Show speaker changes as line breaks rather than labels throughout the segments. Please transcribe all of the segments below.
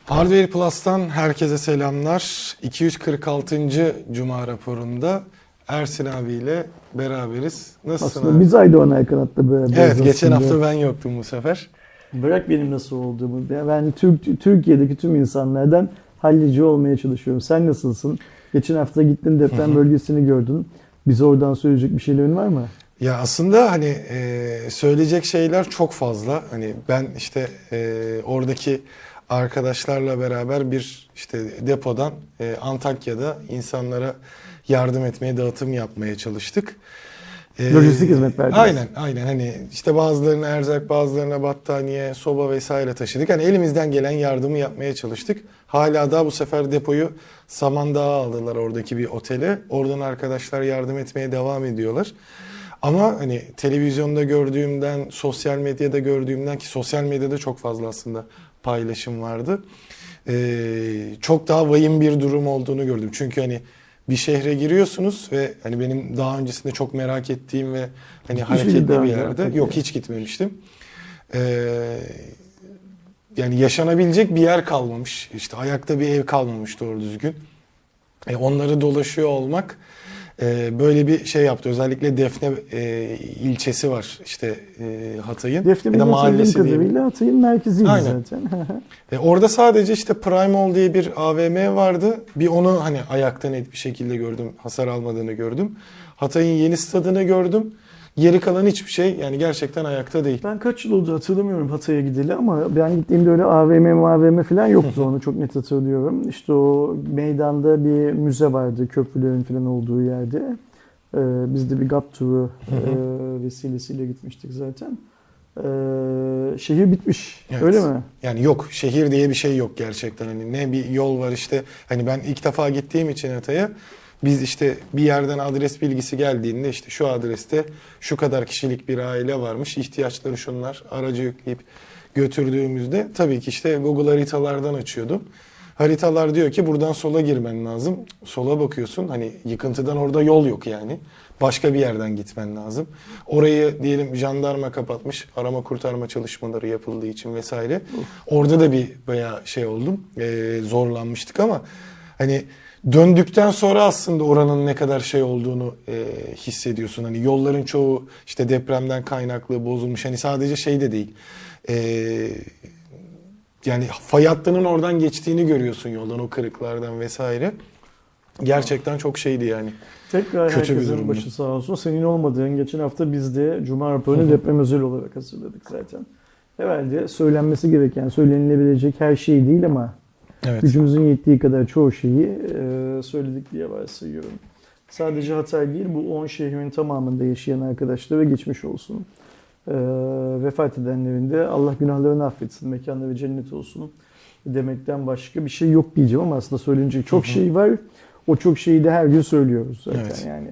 Hardware Plus'tan herkese selamlar. 246. Cuma raporunda Ersin abiyle beraberiz. Nasılsın
Aslında
abi?
biz Aydoğan Erkan hatta beraberiz.
Evet, geçen
aslında.
hafta ben yoktum bu sefer.
Bırak benim nasıl olduğumu. Ben Türkiye'deki tüm insanlardan hallici olmaya çalışıyorum. Sen nasılsın? Geçen hafta gittin, deprem bölgesini gördün. Bize oradan söyleyecek bir şeylerin var mı?
Ya aslında hani söyleyecek şeyler çok fazla. Hani ben işte oradaki arkadaşlarla beraber bir işte depodan Antakya'da insanlara yardım etmeye, dağıtım yapmaya çalıştık.
Lojistik hizmet verdiniz.
Aynen hani işte bazılarına erzak, bazılarına battaniye, soba vesaire taşıdık. Hani elimizden gelen yardımı yapmaya çalıştık. Hala daha bu sefer depoyu Samandağ'a aldılar, oradaki bir otele. Oradan arkadaşlar yardım etmeye devam ediyorlar. Ama hani televizyonda gördüğümden, sosyal medyada gördüğümden, ki sosyal medyada çok fazla aslında paylaşım vardı. Çok daha vahim bir durum olduğunu gördüm. Çünkü hani bir şehre giriyorsunuz ve hani benim daha öncesinde çok merak ettiğim ve hani hareketli bir yerde. Yok, hiç gitmemiştim. Yani yaşanabilecek bir yer kalmamış. İşte ayakta bir ev kalmamış doğru düzgün. Onları dolaşıyor olmak böyle bir şey yaptı. Özellikle Defne ilçesi var işte Hatay'ın.
Defne benim hatırladığım kadarıyla Hatay'ın merkeziydi zaten.
Orada sadece işte Primal diye bir AVM vardı. Bir onu hani ayakta net bir şekilde gördüm. Hasar almadığını gördüm. Hatay'ın yeni stadını gördüm. Geri kalan hiçbir şey yani gerçekten ayakta değil.
Ben kaç yıl oldu hatırlamıyorum Hatay'a gideli ama ben gittiğimde öyle AVM falan yoktu, onu çok net hatırlıyorum. İşte o meydanda bir müze vardı, köprülerin falan olduğu yerde. Biz de bir GAP turu vesilesiyle gitmiştik zaten. Şehir bitmiş,
evet.
Öyle mi?
Yani yok, şehir diye bir şey yok gerçekten. Hani ne bir yol var işte. Hani ben ilk defa gittiğim için Hatay'a, biz işte bir yerden adres bilgisi geldiğinde işte şu adreste şu kadar kişilik bir aile varmış, ihtiyaçları şunlar, aracı yükleyip götürdüğümüzde tabii ki işte Google haritalardan açıyordum. Haritalar diyor ki buradan sola girmen lazım. Sola bakıyorsun, hani yıkıntıdan orada yol yok yani. Başka bir yerden gitmen lazım. Orayı diyelim jandarma kapatmış, arama kurtarma çalışmaları yapıldığı için vesaire. Orada da bir bayağı şey oldum, zorlanmıştık ama hani döndükten sonra aslında oranın ne kadar şey olduğunu hissediyorsun. Hani yolların çoğu işte depremden kaynaklı bozulmuş. Hani sadece şey de değil. Yani fay hattının oradan geçtiğini görüyorsun yoldan, o kırıklardan vesaire. Gerçekten çok şeydi yani.
Tekrar
kötü bir
herkesin
durumdu.
başı sağ olsun. Senin olmadığın geçen hafta biz de Cuma raporunu deprem özel olarak hazırladık zaten. Herhalde söylenmesi gereken, söylenilebilecek her şey değil ama
Evet.
gücümüzün yettiği kadar çoğu şeyi söyledik diye varsayıyorum. Sadece Hatay değil, bu 10 şehrin tamamında yaşayan arkadaşlara geçmiş olsun. Vefat edenlerin de Allah günahlarını affetsin, mekanları cennet olsun demekten başka bir şey yok diyeceğim ama aslında söylenecek çok şey var. O çok şeyi de her gün söylüyoruz zaten,
Evet.
yani.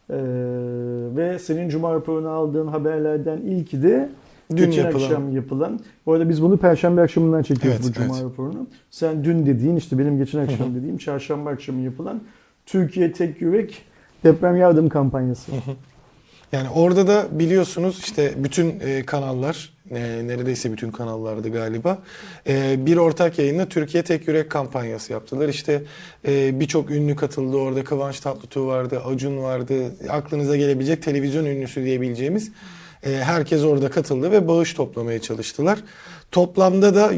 Ve senin Cuma raporunu aldığın haberlerden ilki de
Dün
akşam yapılan. Bu arada biz bunu Perşembe akşamından çekiyoruz,
Evet,
bu Cuma
evet.
raporunu. Sen dün dediğin, işte benim geçen akşam dediğim Çarşamba akşamı yapılan Türkiye Tek Yürek Deprem Yardım Kampanyası.
Yani orada da biliyorsunuz işte bütün kanallar, neredeyse bütün kanallardı galiba, bir ortak yayınla Türkiye Tek Yürek kampanyası yaptılar. İşte birçok ünlü katıldı orada. Kıvanç Tatlıtuğ vardı, Acun vardı. Aklınıza gelebilecek televizyon ünlüsü diyebileceğimiz herkes orada katıldı ve bağış toplamaya çalıştılar. Toplamda da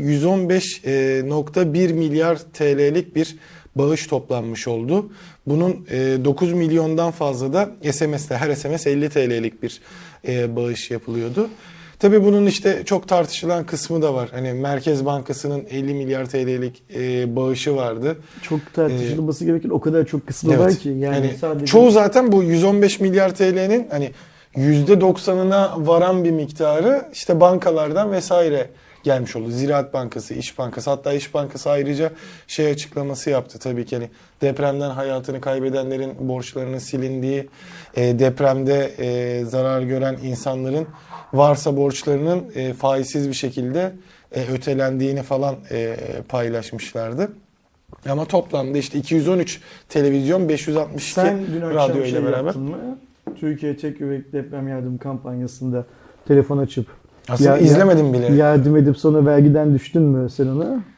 115,1 milyar TL'lik bir bağış toplanmış oldu. Bunun 9 milyondan fazla da SMS'te, her SMS 50 TL'lik bir bağış yapılıyordu. Tabii bunun işte çok tartışılan kısmı da var. Hani Merkez Bankası'nın 50 milyar TL'lik bağışı vardı.
Çok tartışılması gereken o kadar çok kısmı var ki. Yani sadece...
Çoğu zaten bu 115 milyar TL'nin hani %90'ına varan bir miktarı işte bankalardan vesaire gelmiş oldu. Ziraat Bankası, İş Bankası, hatta İş Bankası ayrıca şey açıklaması yaptı tabii ki, hani depremden hayatını kaybedenlerin borçlarının silindiği, depremde zarar gören insanların varsa borçlarının faizsiz bir şekilde ötelendiğini falan paylaşmışlardı. Ama toplamda işte 213 televizyon, 562
Sen dün akşam
radyo ile beraber.
Yaptın mı? Türkiye Tek Yürek Deprem Yardım Kampanyası'nda telefon açıp
Aslında izlemedim bile.
yardım edip sonra vergiden düştün mü sen ona?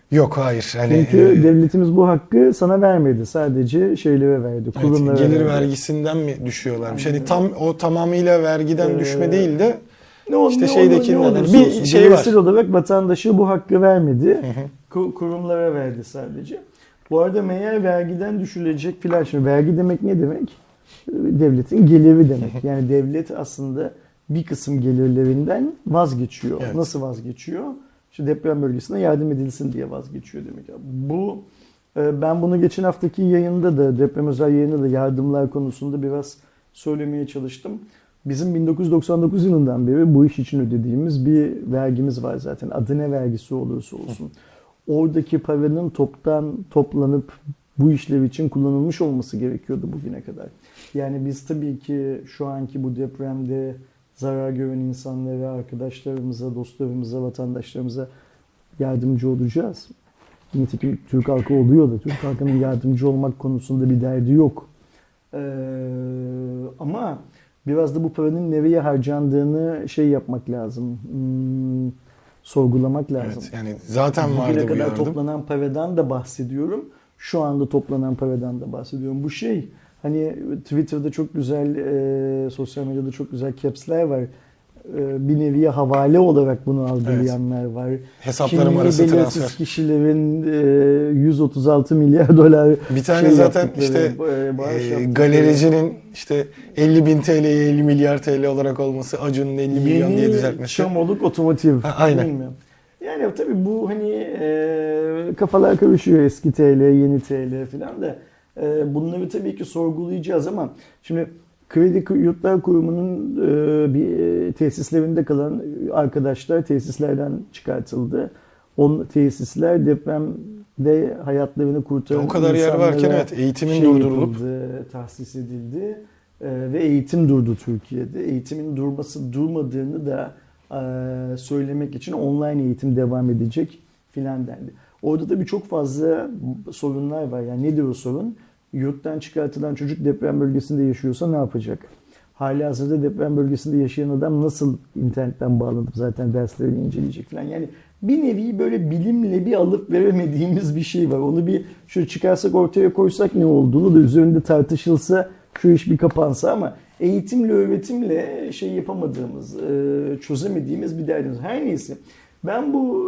Yok, hayır. Hani,
Çünkü devletimiz bu hakkı sana vermedi. Sadece şeylere verdi.
evet,
Kurumlara
gelir
verdi.
vergisinden mi düşüyorlarmış?
Aynen
Hani tam o tamamıyla vergiden düşme değil de işte
ne
şeydekinden
olursa
bir
olsun,
şey var.
bireysel olarak vatandaşa bu hakkı vermedi.
Hı hı.
Kurumlara verdi sadece. Bu arada meğer vergiden düşülecek filan. Şimdi vergi demek ne demek? Devletin geliri demek. Yani devlet aslında bir kısım gelirlerinden vazgeçiyor.
Evet.
Nasıl vazgeçiyor? İşte deprem bölgesine yardım edilsin diye vazgeçiyor demek. Bu ben bunu geçen haftaki yayında da, deprem özel yayında da yardımlar konusunda biraz söylemeye çalıştım. Bizim 1999 yılından beri bu iş için ödediğimiz bir vergimiz var zaten. Adı ne vergisi olursa olsun. Oradaki paranın toptan toplanıp bu işlev için kullanılmış olması gerekiyordu bugüne kadar. Yani biz tabii ki şu anki bu depremde zarar gören insanlara, arkadaşlarımıza, dostlarımıza, vatandaşlarımıza yardımcı olacağız. Nitekim Türk halkı oluyor da, Türk halkının yardımcı olmak konusunda bir derdi yok. Ama biraz da bu paranın nereye harcandığını yapmak lazım. Sorgulamak lazım.
Evet, yani zaten vardı
Bugüne
bu
kadar
yardım.
toplanan paradan da bahsediyorum. Şu anda toplanan paradan da bahsediyorum. Bu hani Twitter'da çok güzel, sosyal medyada çok güzel caps'ler var. Bir nevi havale olarak bunu algılayanlar var.
Hesaplarım
Kimliği
arası
belirsiz
transfer.
kişilerin 136 milyar dolar
Bir tane zaten
yaptıkları,
işte
bağış yaptıkları.
galericinin işte 50.000 TL'ye 50 milyar TL olarak olması, Acun'un 50 milyon diye
Yeni
düzeltmesi.
Çamoluk Otomotiv.
Aynen.
Değil mi? Yani tabii bu hani kafalar karışıyor, eski TL, yeni TL falan da. Bunları tabii ki sorgulayacağız ama şimdi Kredi Yurtlar Kurumu'nun bir tesislerinde kalan arkadaşlar tesislerden çıkartıldı. Tesisler depremde hayatlarını kurtaran
O kadar yer varken
insanlara
evet, eğitimin durdurulup
yapıldı, tahsis edildi. Ve eğitim durdu Türkiye'de. Eğitimin durmadığını da söylemek için online eğitim devam edecek filan dendi. Orada da çok fazla sorunlar var. Yani nedir o sorun? Yurttan çıkartılan çocuk deprem bölgesinde yaşıyorsa ne yapacak? Halihazırda deprem bölgesinde yaşayan adam nasıl internetten bağlanıp zaten derslerini inceleyecek falan. Yani bir nevi böyle bilimle bir alıp veremediğimiz bir şey var. Onu bir şöyle çıkarsak ortaya koysak ne olduğunu da üzerinde tartışılsa, şu iş bir kapansa, ama eğitimle, öğretimle yapamadığımız, çözemediğimiz bir derdimiz. Her neyse. Ben bu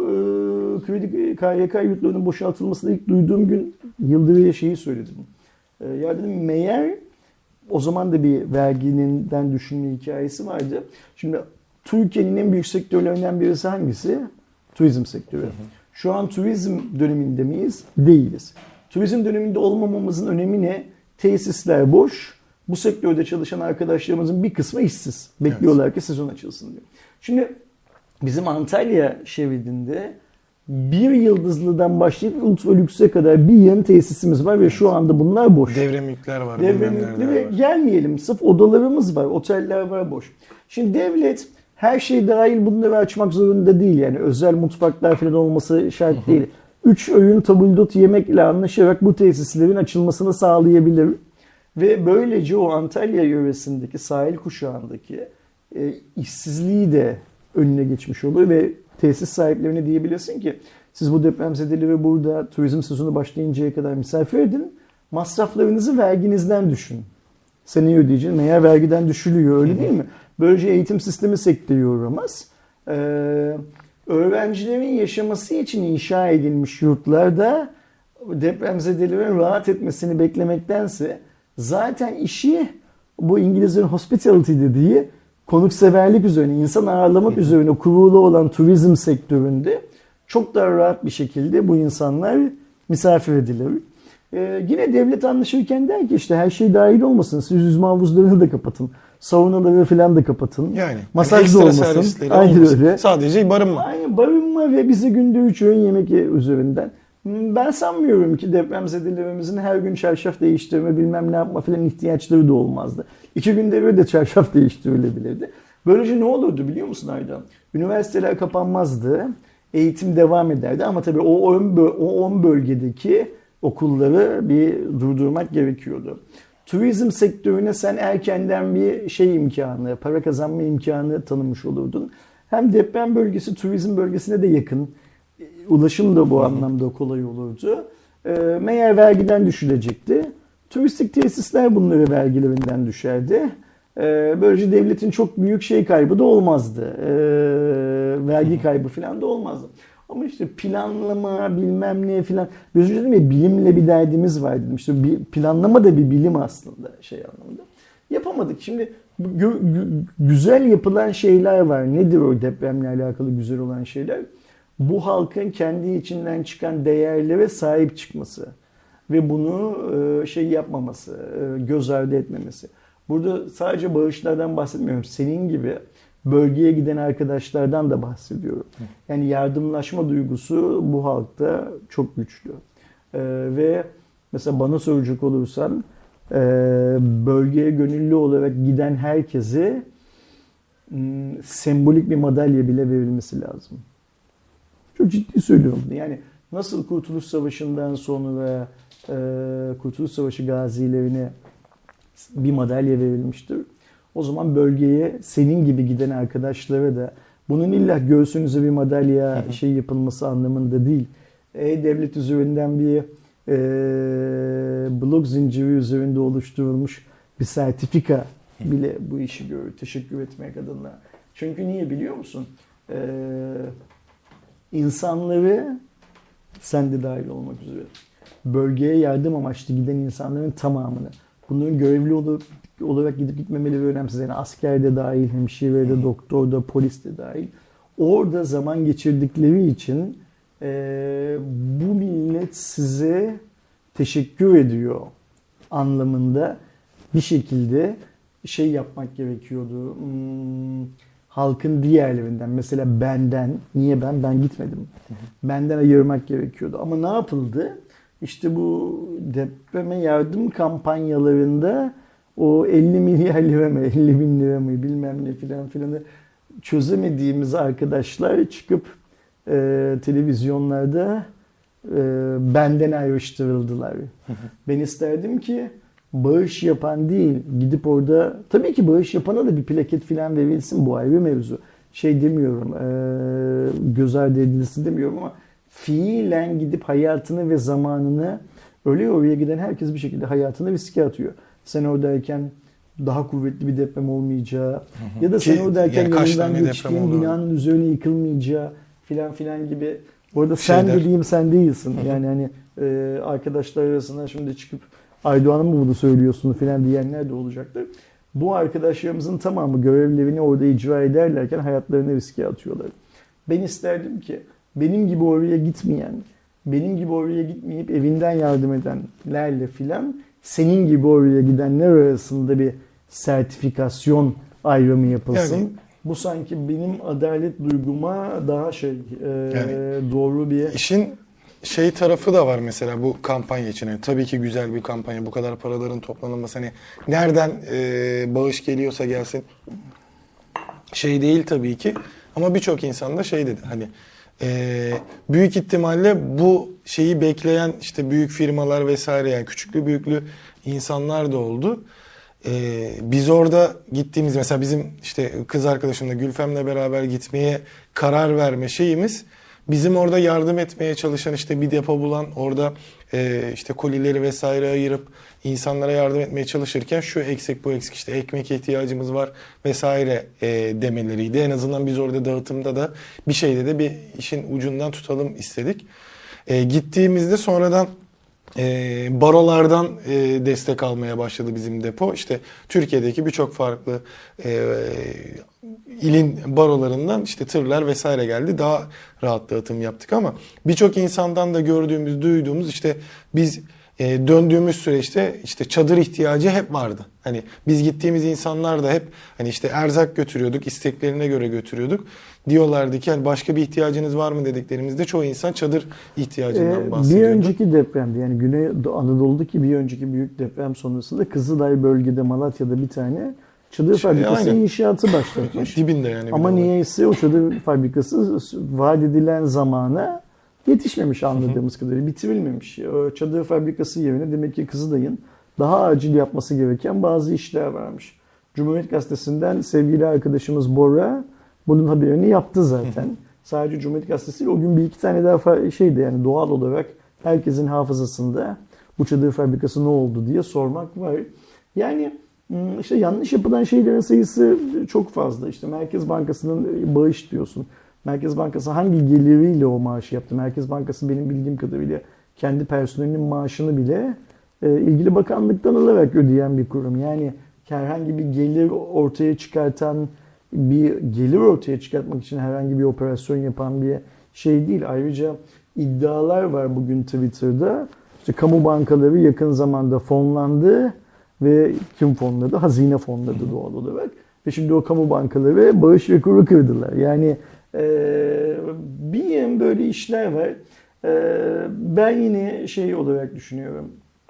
KYK yurtlarının boşaltılmasını ilk duyduğum gün Yıldırı'ya söyledim. Ya dedim, meğer o zaman da bir vergiden düşünme hikayesi vardı. Şimdi Türkiye'nin en büyük sektörlerinden birisi hangisi? Turizm sektörü. Şu an turizm döneminde miyiz? Değiliz. Turizm döneminde olmamamızın önemi ne? Tesisler boş. Bu sektörde çalışan arkadaşlarımızın bir kısmı işsiz. Bekliyorlar ki sezon açılsın diye. Şimdi bizim Antalya şeridinde bir yıldızlıdan başlayıp ultra lükse kadar bir yığın tesisimiz var ve şu anda bunlar boş.
devremlikler var.
Devremlikli ve gelmeyelim. Sırf odalarımız var, oteller var boş. Şimdi devlet her şey dahil bunları açmak zorunda değil. Yani özel mutfaklar falan olması şart değil. 3 öğün tabldot yemekle anlaşarak bu tesislerin açılmasını sağlayabilir. Ve böylece o Antalya yöresindeki sahil kuşağındaki işsizliği de önüne geçmiş olur ve tesis sahiplerine diyebilirsin ki siz bu depremzedeleri burada turizm sezonu başlayıncaya kadar misafir edin. Masraflarınızı verginizden düşün. Seneye ödeyeceğin meğer vergiden düşülüyor, öyle değil mi? Böylece eğitim sistemi sekteye uğramaz. Öğrencilerin yaşaması için inşa edilmiş yurtlarda depremzedelerin rahat etmesini beklemektense zaten işi bu İngilizlerin hospitality dediği konukseverlik üzerine, insan ağırlamak üzerine kurulu olan turizm sektöründe çok daha rahat bir şekilde bu insanlar misafir edilir. Yine devlet anlaşırken der ki işte her şey dahil olmasın. Siz yüzme havuzlarını da kapatın. Saunaları falan da kapatın.
Yani
masaj da olmasın. Aynen öyle.
Sadece barınma.
Aynen, barınma ve bize günde 3 öğün yemek üzerinden. Ben sanmıyorum ki depremzedelerimizin her gün çarşaf değiştirme, bilmem ne yapma falan ihtiyaçları da olmazdı. 2 günde bir de çarşaf değiştirilebilirdi. Böylece ne olurdu biliyor musun Aydan? Üniversiteler kapanmazdı. Eğitim devam ederdi ama tabii o 10 bölgedeki okulları bir durdurmak gerekiyordu. Turizm sektörüne sen erkenden bir imkanı, para kazanma imkanı tanımış olurdun. Hem deprem bölgesi turizm bölgesine de yakın. Ulaşım da bu anlamda kolay olurdu. Meğer vergiden düşülecekti. Turistik tesisler bunları vergilerinden düşerdi. Böylece devletin çok büyük şey kaybı da olmazdı. Vergi kaybı falan da olmazdı. Ama işte planlama bilmem ne falan. Biraz önce dedim ya, bilimle bir derdimiz var dedim. İşte planlama da bir bilim aslında şey anlamında. Yapamadık. Şimdi güzel yapılan şeyler var. Nedir o depremle alakalı güzel olan şeyler? Bu halkın kendi içinden çıkan değerlere sahip çıkması ve bunu şey yapmaması, göz ardı etmemesi. Burada sadece bağışlardan bahsetmiyorum. Senin gibi bölgeye giden arkadaşlardan da bahsediyorum. Yani yardımlaşma duygusu bu halkta çok güçlü. Ve mesela bana soracak olursan bölgeye gönüllü olarak giden herkese sembolik bir madalya bile verilmesi lazım. Çok ciddi söylüyorum. Yani nasıl Kurtuluş Savaşı'ndan sonra Kurtuluş Savaşı gazilerine bir madalya verilmiştir. O zaman bölgeye senin gibi giden arkadaşlara da bunun illa göğsünüze bir madalya şey yapılması anlamında değil. Devlet üzerinden bir blok zinciri üzerinde oluşturulmuş bir sertifika bile bu işi görür. Teşekkür etmek adına. Çünkü niye biliyor musun? İnsanları, sen de dahil olmak üzere, bölgeye yardım amaçlı giden insanların tamamını, bunların görevli olarak gidip gitmemeleri önemsiz. Yani asker de dahil, hemşire de, doktor da, polis de dahil. Orada zaman geçirdikleri için bu millet size teşekkür ediyor anlamında bir şekilde şey yapmak gerekiyordu. Halkın diğerlerinden, mesela benden, niye ben gitmedim. Benden ayırmak gerekiyordu. Ama ne yapıldı? İşte bu depreme yardım kampanyalarında o 50 milyar lira mı, 50 bin lira mı bilmem ne filanı çözemediğimiz arkadaşlar çıkıp televizyonlarda benden ayrıştırıldılar. Ben isterdim ki bağış yapan değil, gidip orada tabii ki bağış yapana da bir plaket filan verilsin, bu ayrı mevzu. Şey demiyorum, göz ardı edilsin demiyorum ama fiilen gidip hayatını ve zamanını, öyle oraya giden herkes bir şekilde hayatını riske atıyor. Sen oradayken daha kuvvetli bir deprem olmayacağı ya da sen oradayken yanından geçtiğin binanın üzerine yıkılmayacağı filan gibi. Bu arada sen dediğim sen değilsin. Yani hani arkadaşlar arasında şimdi çıkıp Aydoğan'a mı bunu söylüyorsun filan diyenler de olacaktır. Bu arkadaşlarımızın tamamı görevlerini orada icra ederlerken hayatlarını riske atıyorlar. Ben isterdim ki benim gibi oraya gitmeyen, benim gibi oraya gitmeyip evinden yardım edenlerle filan senin gibi oraya gidenler arasında bir sertifikasyon ayrımı yapılsın. Yani, bu sanki benim adalet duyguma daha doğru bir...
İşin şey tarafı da var mesela bu kampanya için. Yani tabii ki güzel bir kampanya. Bu kadar paraların toplanılması, hani nereden bağış geliyorsa gelsin şey değil tabii ki. Ama birçok insan da şey dedi, hani büyük ihtimalle bu şeyi bekleyen işte büyük firmalar vesaire, yani küçüklü büyüklü insanlar da oldu. Biz orada gittiğimiz, mesela bizim işte kız arkadaşımla Gülfem'le beraber gitmeye karar verme şeyimiz, bizim orada yardım etmeye çalışan, işte bir depo bulan, orada işte kolileri vesaire ayırıp insanlara yardım etmeye çalışırken şu eksik bu eksik, işte ekmek ihtiyacımız var vesaire demeleriydi. En azından biz orada dağıtımda da bir şeyde de bir işin ucundan tutalım istedik. Gittiğimizde sonradan barolardan destek almaya başladı bizim depo. İşte Türkiye'deki birçok farklı ilin barolarından işte tırlar vesaire geldi. Daha rahat dağıtım yaptık ama birçok insandan da gördüğümüz, duyduğumuz, işte biz döndüğümüz süreçte işte çadır ihtiyacı hep vardı. Hani biz gittiğimiz insanlar da hep hani işte erzak götürüyorduk, isteklerine göre götürüyorduk. Diyorlardı ki hani başka bir ihtiyacınız var mı dediklerimizde çoğu insan çadır ihtiyacından bahsediyordu.
Bir önceki depremde, yani Güney Anadolu'daki bir önceki büyük deprem sonrasında Kızılay bölgede, Malatya'da bir tane çadır fabrikası inşaatı başlatmış.
Dibinde yani.
Ama niyeyse o çadır fabrikası vaat edilen zamana yetişmemiş anladığımız kadarıyla. Bitirilmemiş. O çadır fabrikası yerine demek ki Kızılay'ın daha acil yapması gereken bazı işler varmış. Cumhuriyet Gazetesi'nden sevgili arkadaşımız Bora bunun haberini yaptı zaten. sadece Cumhuriyet Gazetesi değil, o gün bir iki tane daha şeydi yani doğal olarak herkesin hafızasında bu çadır fabrikası ne oldu diye sormak var. Yani işte yanlış yapılan şeylerin sayısı çok fazla. İşte Merkez Bankası'nın bağış diyorsun. Merkez Bankası hangi geliriyle o maaşı yaptı? Merkez Bankası benim bildiğim kadarıyla kendi personelinin maaşını bile ilgili bakanlıktan alarak ödeyen bir kurum. Yani herhangi bir gelir ortaya çıkartan, bir gelir ortaya çıkartmak için herhangi bir operasyon yapan bir şey değil. Ayrıca iddialar var bugün Twitter'da. İşte kamu bankaları yakın zamanda fonlandı ve kim fonladı? Hazine fonladı doğal olarak. Ve şimdi o kamu bankaları bağış rekoru kırdılar. Yani bir böyle işler var. Ben yine şey olarak düşünüyorum.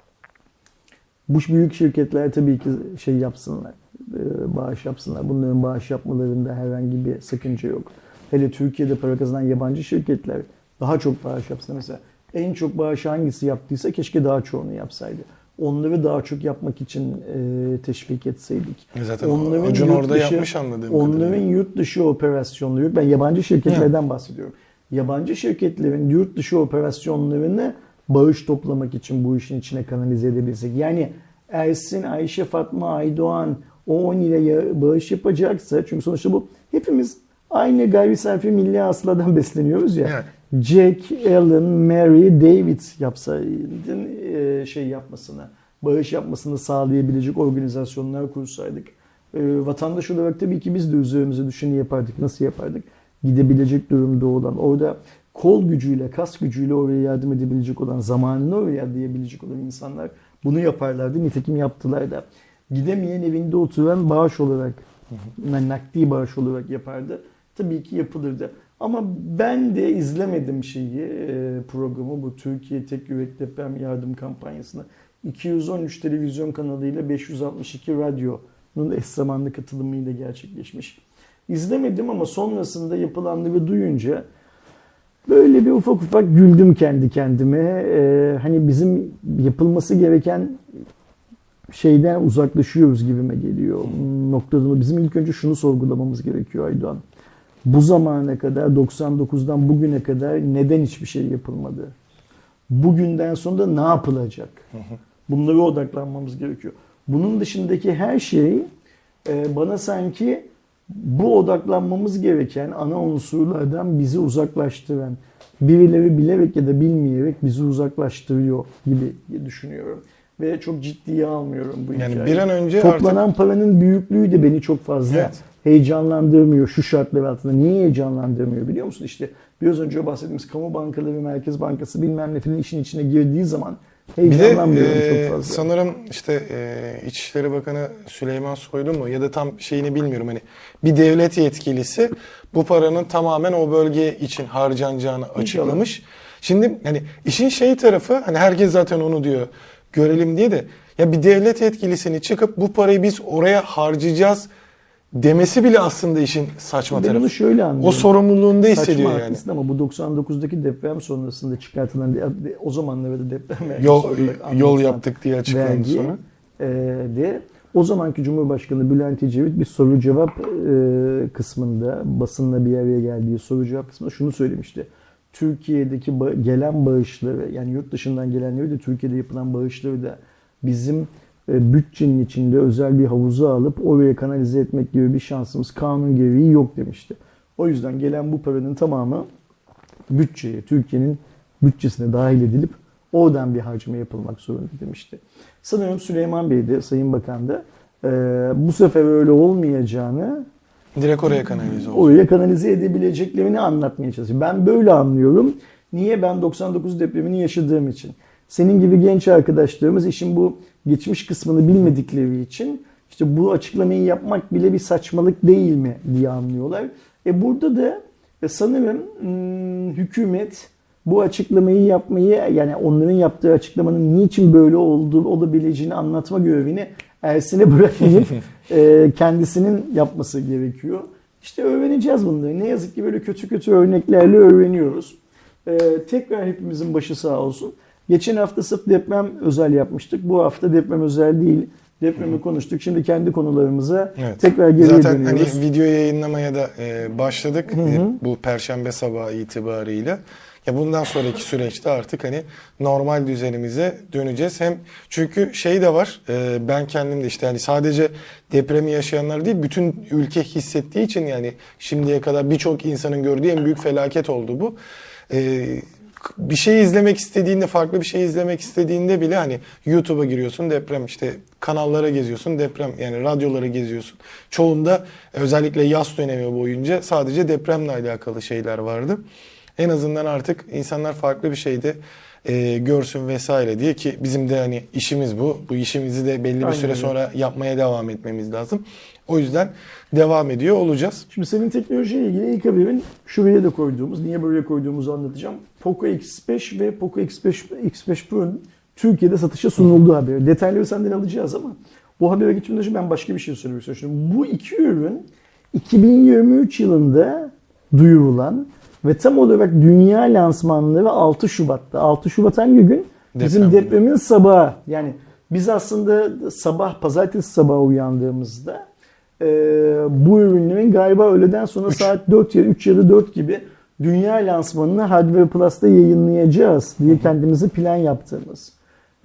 Bu büyük şirketler tabii ki şey yapsınlar, bağış yapsınlar. Bunların bağış yapmalarında herhangi bir sakınca yok. Hele Türkiye'de para kazanan yabancı şirketler daha çok bağış yapsın. Mesela en çok bağış hangisi yaptıysa keşke daha çoğunu yapsaydı. Onları daha çok yapmak için teşvik etseydik.
Zaten Acun orada yapmış anladığım
onların
kadarıyla.
yurt dışı operasyonları, ben yabancı şirketlerden bahsediyorum. Yabancı şirketlerin yurt dışı operasyonlarını bağış toplamak için bu işin içine kanalize edebilsek. Yani Ersin, Ayşe, Fatma, Aydoğan o 10 ile bağış yapacaksa, çünkü sonuçta bu hepimiz aynı gayri safi milli hasıladan besleniyoruz ya.
Evet.
Jack, Alan, Mary, David yapsaydın şey yapmasını, bağış yapmasını sağlayabilecek organizasyonlar kursaydık. Vatandaş olarak tabii ki biz de üzerimize düşeni yapardık. Nasıl yapardık? Gidebilecek durumda olan, orada kol gücüyle, kas gücüyle oraya yardım edebilecek olan, zamanını oraya adayabilecek olan insanlar bunu yaparlardı. Nitekim yaptılar da. Gidemeyen evinde oturan bağış olarak, yani nakdi bağış olarak yapardı. Tabii ki yapılırdı. Ama ben de izlemedim programı, bu Türkiye Tek Yürek Deprem Yardım Kampanyası'nı. 213 televizyon kanalıyla 562 radyonun eş zamanlı katılımıyla gerçekleşmiş. İzlemedim ama sonrasında yapılanları duyunca böyle bir ufak ufak güldüm kendi kendime. Hani bizim yapılması gereken şeyden uzaklaşıyoruz gibime geliyor. Noktada bizim ilk önce şunu sorgulamamız gerekiyor Aydoğan. Bu zamana kadar, 99'dan bugüne kadar neden hiçbir şey yapılmadı? Bugünden sonra ne yapılacak? Bunlara odaklanmamız gerekiyor. Bunun dışındaki her şey bana sanki bu odaklanmamız gereken ana unsurlardan bizi uzaklaştıran, birileri bilerek ya da bilmeyerek bizi uzaklaştırıyor gibi düşünüyorum. Ve çok ciddiye almıyorum bu hikayeyi.
Yani bir an önce
toplanan paranın büyüklüğü de beni çok fazla heyecanlandırmıyor şu şartlar altında. Niye heyecanlandırmıyor biliyor musun? İşte biraz önce bahsettiğimiz kamu bankaları, Merkez Bankası bilmem ne filan işin içine girdiği zaman heyecanlanmıyorum çok fazla.
Sanırım işte İçişleri Bakanı Süleyman Soylu mu ya da tam şeyini bilmiyorum, hani bir devlet yetkilisi bu paranın tamamen o bölge için harcanacağını açıklamış. Şimdi hani işin şey tarafı, hani herkes zaten onu diyor, görelim diye de, ya bir devlet yetkilisini çıkıp bu parayı biz oraya harcayacağız demesi bile aslında işin saçma
ben
tarafı.
onu şöyle anlıyorum.
O sorumluluğunda hissediyor
saçma,
yani.
Ama bu 99'daki deprem sonrasında çıkartılan, o zamanlarda deprem
yol yaptık diye açıklandı sonra.
O zamanki Cumhurbaşkanı Bülent Ecevit bir soru cevap kısmında, basınla bir araya geldiği soru cevap kısmında şunu söylemişti. Türkiye'deki gelen bağışları, yani yurt dışından gelenleri de Türkiye'de yapılan bağışları da bizim bütçenin içinde özel bir havuza alıp oraya kanalize etmek gibi bir şansımız kanun gereği yok demişti. O yüzden gelen bu paranın tamamı bütçeye, Türkiye'nin bütçesine dahil edilip oradan bir harcama yapılmak zorunda demişti. Sanırım Süleyman Bey de, Sayın Bakan da bu sefer öyle olmayacağını,
direkt oraya kanalize olacak.
Oraya kanalize edebileceklerini anlatmaya çalışıyor. Ben böyle anlıyorum. Niye? Ben 99 depremini yaşadığım için. Senin gibi genç arkadaşlarımız işin bu geçmiş kısmını bilmedikleri için işte bu açıklamayı yapmak bile bir saçmalık değil mi diye anlıyorlar. Burada da sanırım hükümet bu açıklamayı yapmayı, yani onların yaptığı açıklamanın niçin böyle olabileceğini anlatma görevini Ersin'e bırakmayıp kendisinin yapması gerekiyor. İşte öğreneceğiz bunları. Ne yazık ki böyle kötü kötü örneklerle öğreniyoruz. Tekrar hepimizin başı sağ olsun. Geçen hafta sırf deprem özel yapmıştık. Bu hafta deprem özel değil. Depremi konuştuk. Şimdi kendi konularımıza
Evet.
tekrar geriye
Zaten
dönüyoruz.
hani video yayınlamaya da başladık
Hı hı.
bu Perşembe sabahı itibarıyla. Ya bundan sonraki süreçte artık hani normal düzenimize döneceğiz. Hem çünkü şey de var, ben kendim de işte hani sadece depremi yaşayanlar değil, bütün ülke hissettiği için yani şimdiye kadar birçok insanın gördüğü en büyük felaket oldu bu. Bir şey izlemek istediğinde, farklı bir şey izlemek istediğinde bile hani YouTube'a giriyorsun, deprem, işte kanallara geziyorsun, deprem, yani radyolara geziyorsun. Çoğunda özellikle yaz dönemi boyunca sadece depremle alakalı şeyler vardı. En azından artık insanlar farklı bir şey de görsün vesaire diye, ki bizim de hani işimiz bu. Bu işimizi de belli bir
Aynen
süre
öyle.
sonra yapmaya devam etmemiz lazım. O yüzden devam ediyor olacağız.
Şimdi senin teknolojiyle ilgili ilk haberin şuraya da koyduğumuz, niye buraya koyduğumuzu anlatacağım. Poco X5 ve Poco X5 Pro'nun Türkiye'de satışa sunulduğu haberi. Detayları senden alacağız ama bu habere geçmeden önce ben başka bir şey söylemek istiyorum. Şimdi bu iki ürün 2023 yılında duyurulan ve tam olarak dünya lansmanları 6 Şubat'ta. 6 Şubat hangi gün? Bizim depremin sabahı. Yani biz aslında sabah, pazartesi sabahı uyandığımızda bu ürünlerin galiba öğleden sonra saat 4 ya 3 ya da 4 gibi dünya lansmanını Hardware Plus'ta yayınlayacağız diye kendimize plan yaptığımız.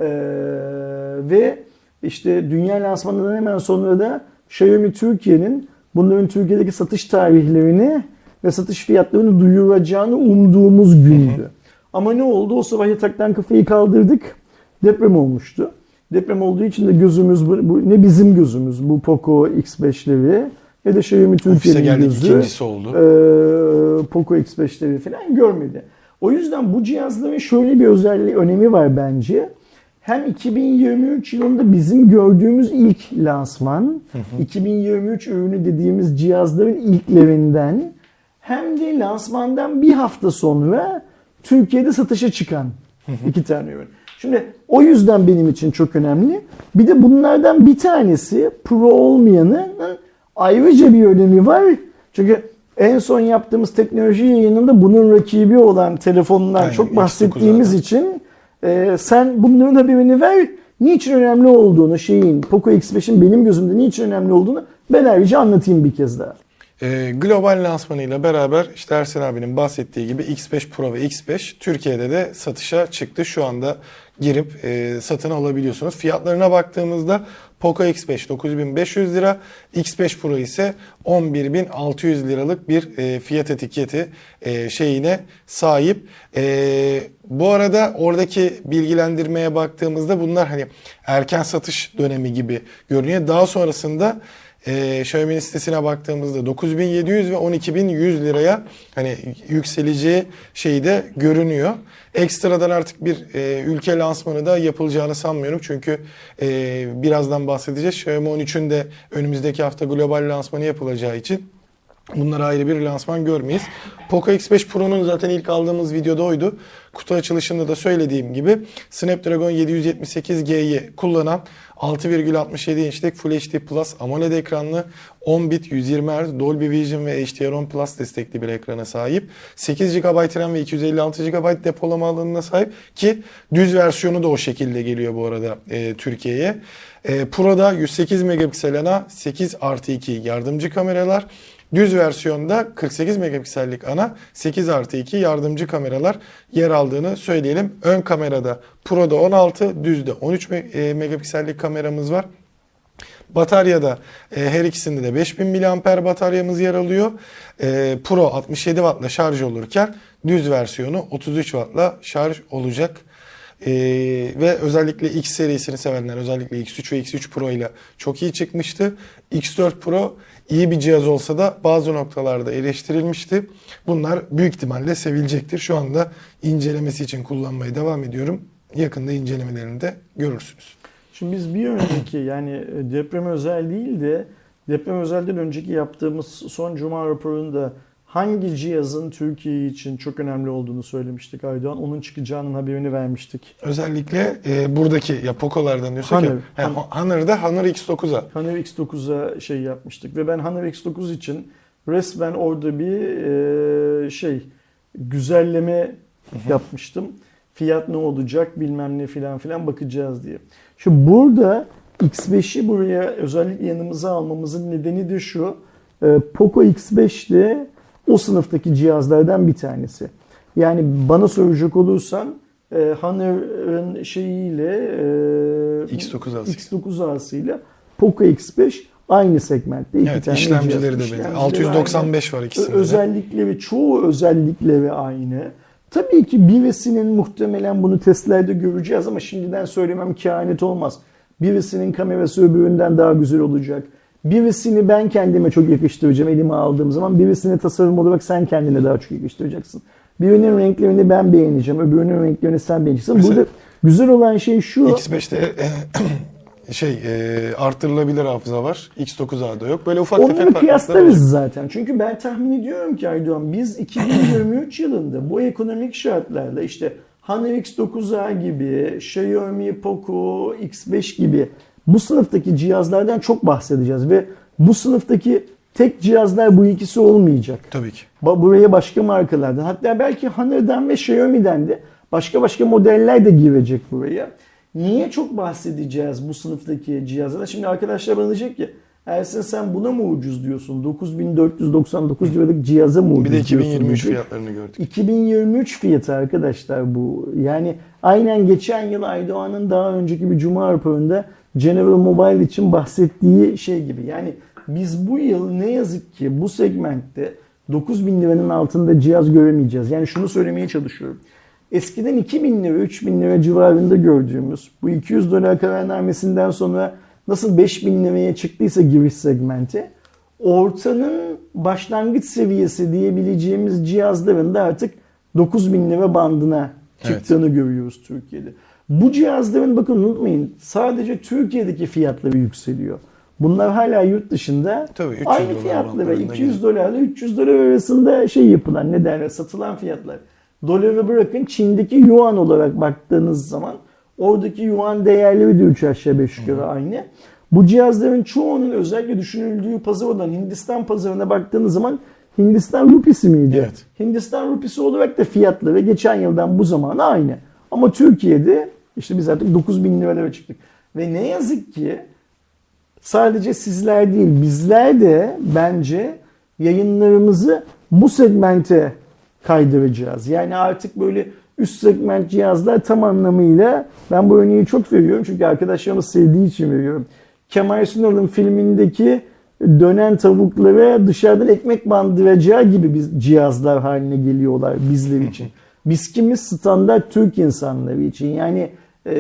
Ve işte dünya lansmanından hemen sonra da Xiaomi Türkiye'nin bunların Türkiye'deki satış tarihlerini ve satış fiyatlarını duyuracağını umduğumuz gündü. Ama ne oldu? O sabah yataktan kafayı kaldırdık. Deprem olmuştu. Deprem olduğu için de gözümüz bu ne bizim gözümüz bu Poco X5'leri ya da Xiaomi Türkiye'nin gözü
ikincisi oldu.
Poco X5'leri falan görmedi. O yüzden bu cihazların şöyle bir özelliği, önemi var bence. Hem 2023 yılında bizim gördüğümüz ilk lansman, 2023 ürünü dediğimiz cihazların ilklerinden, hem de lansmandan bir hafta sonra Türkiye'de satışa çıkan iki tane ürün. Şimdi o yüzden benim için çok önemli. Bir de bunlardan bir tanesi Pro olmayanın ayrıca bir önemi var. Çünkü en son yaptığımız teknoloji yayınında bunun rakibi olan telefondan
Aynen,
çok bahsettiğimiz
X9'dan.
için sen bunların haberini ver. Niçin önemli olduğunu, Poco X5'in benim gözümde niçin önemli olduğunu ben ayrıca anlatayım bir kez daha.
Global lansmanıyla beraber işte Ersen abinin bahsettiği gibi X5 Pro ve X5 Türkiye'de de satışa çıktı. Şu anda girip satın alabiliyorsunuz. Fiyatlarına baktığımızda Poco X5 9.500 lira, X5 Pro ise 11.600 liralık bir fiyat etiketi şeyine sahip. Bu arada oradaki bilgilendirmeye baktığımızda bunlar hani erken satış dönemi gibi görünüyor. Daha sonrasında Xiaomi'nin sitesine baktığımızda 9.700 ve 12.100 liraya hani yükseleceği şeyi de görünüyor. Ekstradan artık bir ülke lansmanı da yapılacağını sanmıyorum. Çünkü birazdan bahsedeceğiz. Xiaomi 13'ün de önümüzdeki hafta global lansmanı yapılacağı için bunlara ayrı bir lansman görmeyiz. Poco X5 Pro'nun zaten ilk aldığımız videoda oydu. Kutu açılışında da söylediğim gibi Snapdragon 778G'yi kullanan 6,67 inçlik Full HD Plus AMOLED ekranlı 10 bit 120 Hz Dolby Vision ve HDR10 Plus destekli bir ekrana sahip. 8 GB RAM ve 256 GB depolama alanına sahip ki düz versiyonu da o şekilde geliyor bu arada Türkiye'ye. Pro'da 108 megapiksel ana, 8+2 yardımcı kameralar. Düz versiyonda 48 megapiksellik ana, 8+2 yardımcı kameralar yer aldığını söyleyelim. Ön kamerada Pro'da 16, düzde 13 megapiksellik kameramız var. Bataryada her ikisinde de 5000 mAh bataryamız yer alıyor. Pro 67 Watt'la şarj olurken düz versiyonu 33 Watt'la şarj olacak. Ve özellikle X serisini sevenler özellikle X3 ve X3 Pro ile çok iyi çıkmıştı. X4 Pro iyi bir cihaz olsa da bazı noktalarda eleştirilmişti. Bunlar büyük ihtimalle sevilecektir. Şu anda incelemesi için kullanmaya devam ediyorum. Yakında incelemelerini de görürsünüz.
Şimdi biz bir önceki yani deprem özel değil de deprem özelden önceki yaptığımız son Cuma raporunda hangi cihazın Türkiye için çok önemli olduğunu söylemiştik Aydoğan. Onun çıkacağının haberini vermiştik.
Özellikle buradaki ya Poco'lardan diyorsak
Honor.
ya Honor'da Honor X9'a.
Honor X9'a yapmıştık ve ben Honor X9 için resmen orada bir güzelleme yapmıştım. Fiyat ne olacak bilmem ne filan bakacağız diye. Şimdi burada X5'i buraya özellikle yanımıza almamızın nedeni de şu. Poco X5 de o sınıftaki cihazlardan bir tanesi. Yani bana soracak olursan Honor'ın şeyiyle X9A'sıyla Poco X5 aynı segmentte. İki
Evet,
tane
işlemcileri
cihaz.
de belli. 695 var ikisinde de.
Özellikleri, çoğu özellikleri aynı. Tabii ki birisinin muhtemelen bunu testlerde göreceğiz ama şimdiden söylemem kehanet olmaz. Birisinin kamerası öbüründen daha güzel olacak. Birisini ben kendime çok yakıştıracağım elime aldığım zaman. Birisini tasarım olarak sen kendine daha çok yakıştıracaksın. Birinin renklerini ben beğeneceğim. Öbürünün renklerini sen beğeneceksin.
Mesela,
burada güzel olan şey şu.
X5'te artırılabilir hafıza var. X9A'da yok. Böyle ufak tefek
Onları
farklılıklar
kıyaslarız zaten. Çünkü ben tahmin ediyorum ki Aydoğan biz 2023 yılında bu ekonomik şartlarla işte Honor X9A gibi, Xiaomi Poco X5 gibi bu sınıftaki cihazlardan çok bahsedeceğiz ve bu sınıftaki tek cihazlar bu ikisi olmayacak.
Tabii ki.
Buraya başka markalardan, hatta belki Honor'dan ve Xiaomi'den de başka modeller de girecek buraya. Niye çok bahsedeceğiz bu sınıftaki cihazlardan? Şimdi arkadaşlar bana diyecek ki Ersin sen buna mı ucuz diyorsun? 9.499 liralık cihaza mı ucuz
Bir de
diyorsun?
2023 fiyatlarını gördük.
2023 fiyatı arkadaşlar bu. Yani aynen geçen yıl Aydoğan'ın daha önceki bir Cuma raporunda General Mobile için bahsettiği şey gibi. Yani biz bu yıl ne yazık ki bu segmentte 9.000 liranın altında cihaz göremeyeceğiz. Yani şunu söylemeye çalışıyorum. Eskiden 2.000 lira, 3.000 lira civarında gördüğümüz bu 200 dolar kararnamesinden sonra nasıl 5.000 liraya çıktıysa giriş segmenti, ortanın başlangıç seviyesi diyebileceğimiz cihazların da artık 9.000 lira bandına çıktığını görüyoruz Türkiye'de. Bu cihazların bakın unutmayın sadece Türkiye'deki fiyatları yükseliyor. Bunlar hala yurt dışında aynı fiyatlara 200 dolarla 300 dolar arasında yapılan ne derler satılan fiyatlar. Doları bırakın Çin'deki yuan olarak baktığınız zaman oradaki yuan değerleri de 3 aşağı 5 yukarı aynı. Bu cihazların çoğunun özellikle düşünüldüğü pazar olan Hindistan pazarına baktığınız zaman Hindistan rupisi miydi?
Evet.
Hindistan rupisi olarak da fiyatları geçen yıldan bu zamana aynı. Ama Türkiye'de işte biz artık 9.000 liralara çıktık. Ve ne yazık ki sadece sizler değil bizler de bence yayınlarımızı bu segmente kaydıracağız. Yani artık böyle üst segment cihazlar tam anlamıyla ben bu örneği çok veriyorum çünkü arkadaşlarımız sevdiği için veriyorum. Kemal Sunal'ın filmindeki dönen tavuklara dışarıdan ekmek bandıracağı gibi biz cihazlar haline geliyorlar bizler için. Biz kimiz? Standart Türk insanları için. Yani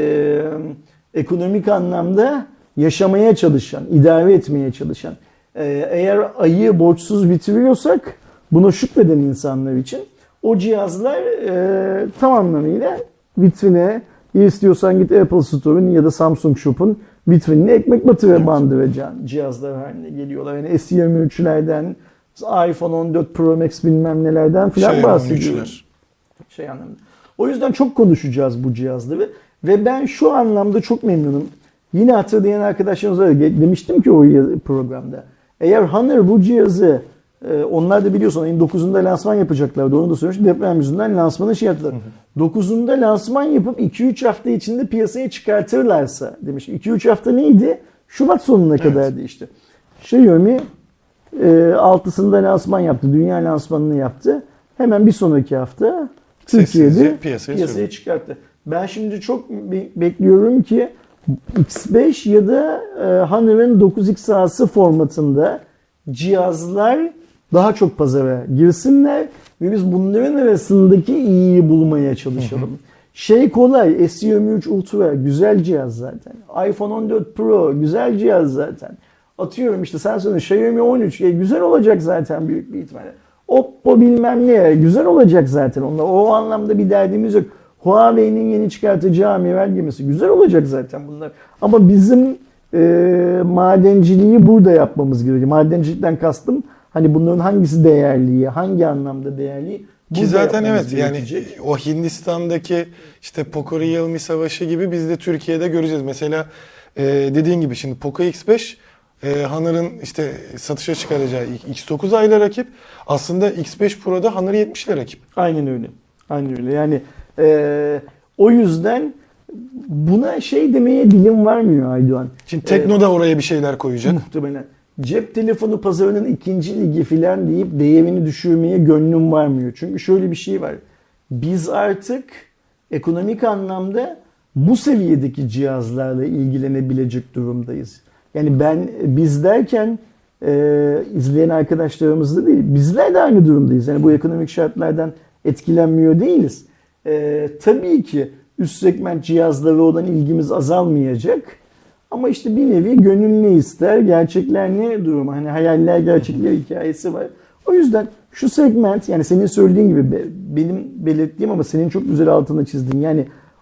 ekonomik anlamda yaşamaya çalışan, idare etmeye çalışan. Eğer ayı borçsuz bitiriyorsak buna şükreden insanlar için o cihazlar tam anlamıyla vitrine, istiyorsan git Apple Store'un ya da Samsung Shop'un vitrinine ekmek batıra bandıracağın cihazlar haline geliyorlar. Yani S23'lerden, iPhone 14 Pro Max bilmem nelerden filan bahsediyoruz. Anlamda. O yüzden çok konuşacağız bu cihazları ve ben şu anlamda çok memnunum. Yine hatırlayan arkadaşlarımız var. Demiştim ki o programda. Eğer Honor bu cihazı onlar da biliyorsun ayın 9'unda lansman yapacaklardı. Onu da söylemiştim. Deprem yüzünden lansmanı yaptılar. 9'unda lansman yapıp 2-3 hafta içinde piyasaya çıkartırlarsa demiş. 2-3 hafta neydi? Şubat sonuna kadardı işte. Xiaomi 6'sında lansman yaptı. Dünya lansmanını yaptı. Hemen bir sonraki hafta Türkiye'de piyasaya çıkarttı. Ben şimdi çok bekliyorum ki X5 ya da Honor'ın 9X'ası formatında cihazlar daha çok pazara girsinler ve biz bunların arasındaki iyiyi bulmaya çalışalım. Kolay, S23 Ultra güzel cihaz zaten. iPhone 14 Pro güzel cihaz zaten. Atıyorum işte sen sonra Xiaomi 13 güzel olacak zaten büyük bir ihtimalle. Oppo bilmem ne güzel olacak zaten. Onlar, o anlamda bir derdimiz yok. Huawei'nin yeni çıkartacağı amiral gemisi güzel olacak zaten bunlar. Ama bizim madenciliği burada yapmamız gerekiyor. Madencilikten kastım hani bunların hangisi değerli, hangi anlamda değerli.
Ki zaten evet yani o Hindistan'daki işte Poco Realme savaşı gibi biz de Türkiye'de göreceğiz. Mesela dediğin gibi şimdi Poco X5 Honor'ın işte satışa çıkaracağı X9 ayla rakip. Aslında X5 Pro'da Honor 70 ile rakip.
Aynen öyle. Aynen öyle. Yani o yüzden buna şey demeye dilim varmıyor Aydoğan.
Şimdi Tekno da oraya bir şeyler koyacak.
Muhtemelen. Cep telefonu pazarının ikinci ligi falan deyip değerini düşürmeye gönlüm varmıyor. Çünkü şöyle bir şey var. Biz artık ekonomik anlamda bu seviyedeki cihazlarla ilgilenebilecek durumdayız. Yani biz derken izleyen arkadaşlarımız da değil, bizler de aynı durumdayız. Yani bu ekonomik şartlardan etkilenmiyor değiliz. Tabii ki üst segment cihazlara olan ilgimiz azalmayacak. Ama işte bir nevi gönül ne ister, gerçekler ne durum. Hani hayaller gerçekler hikayesi var. O yüzden şu segment, yani senin söylediğin gibi, benim belirttiğim ama senin çok güzel altına çizdiğin, yani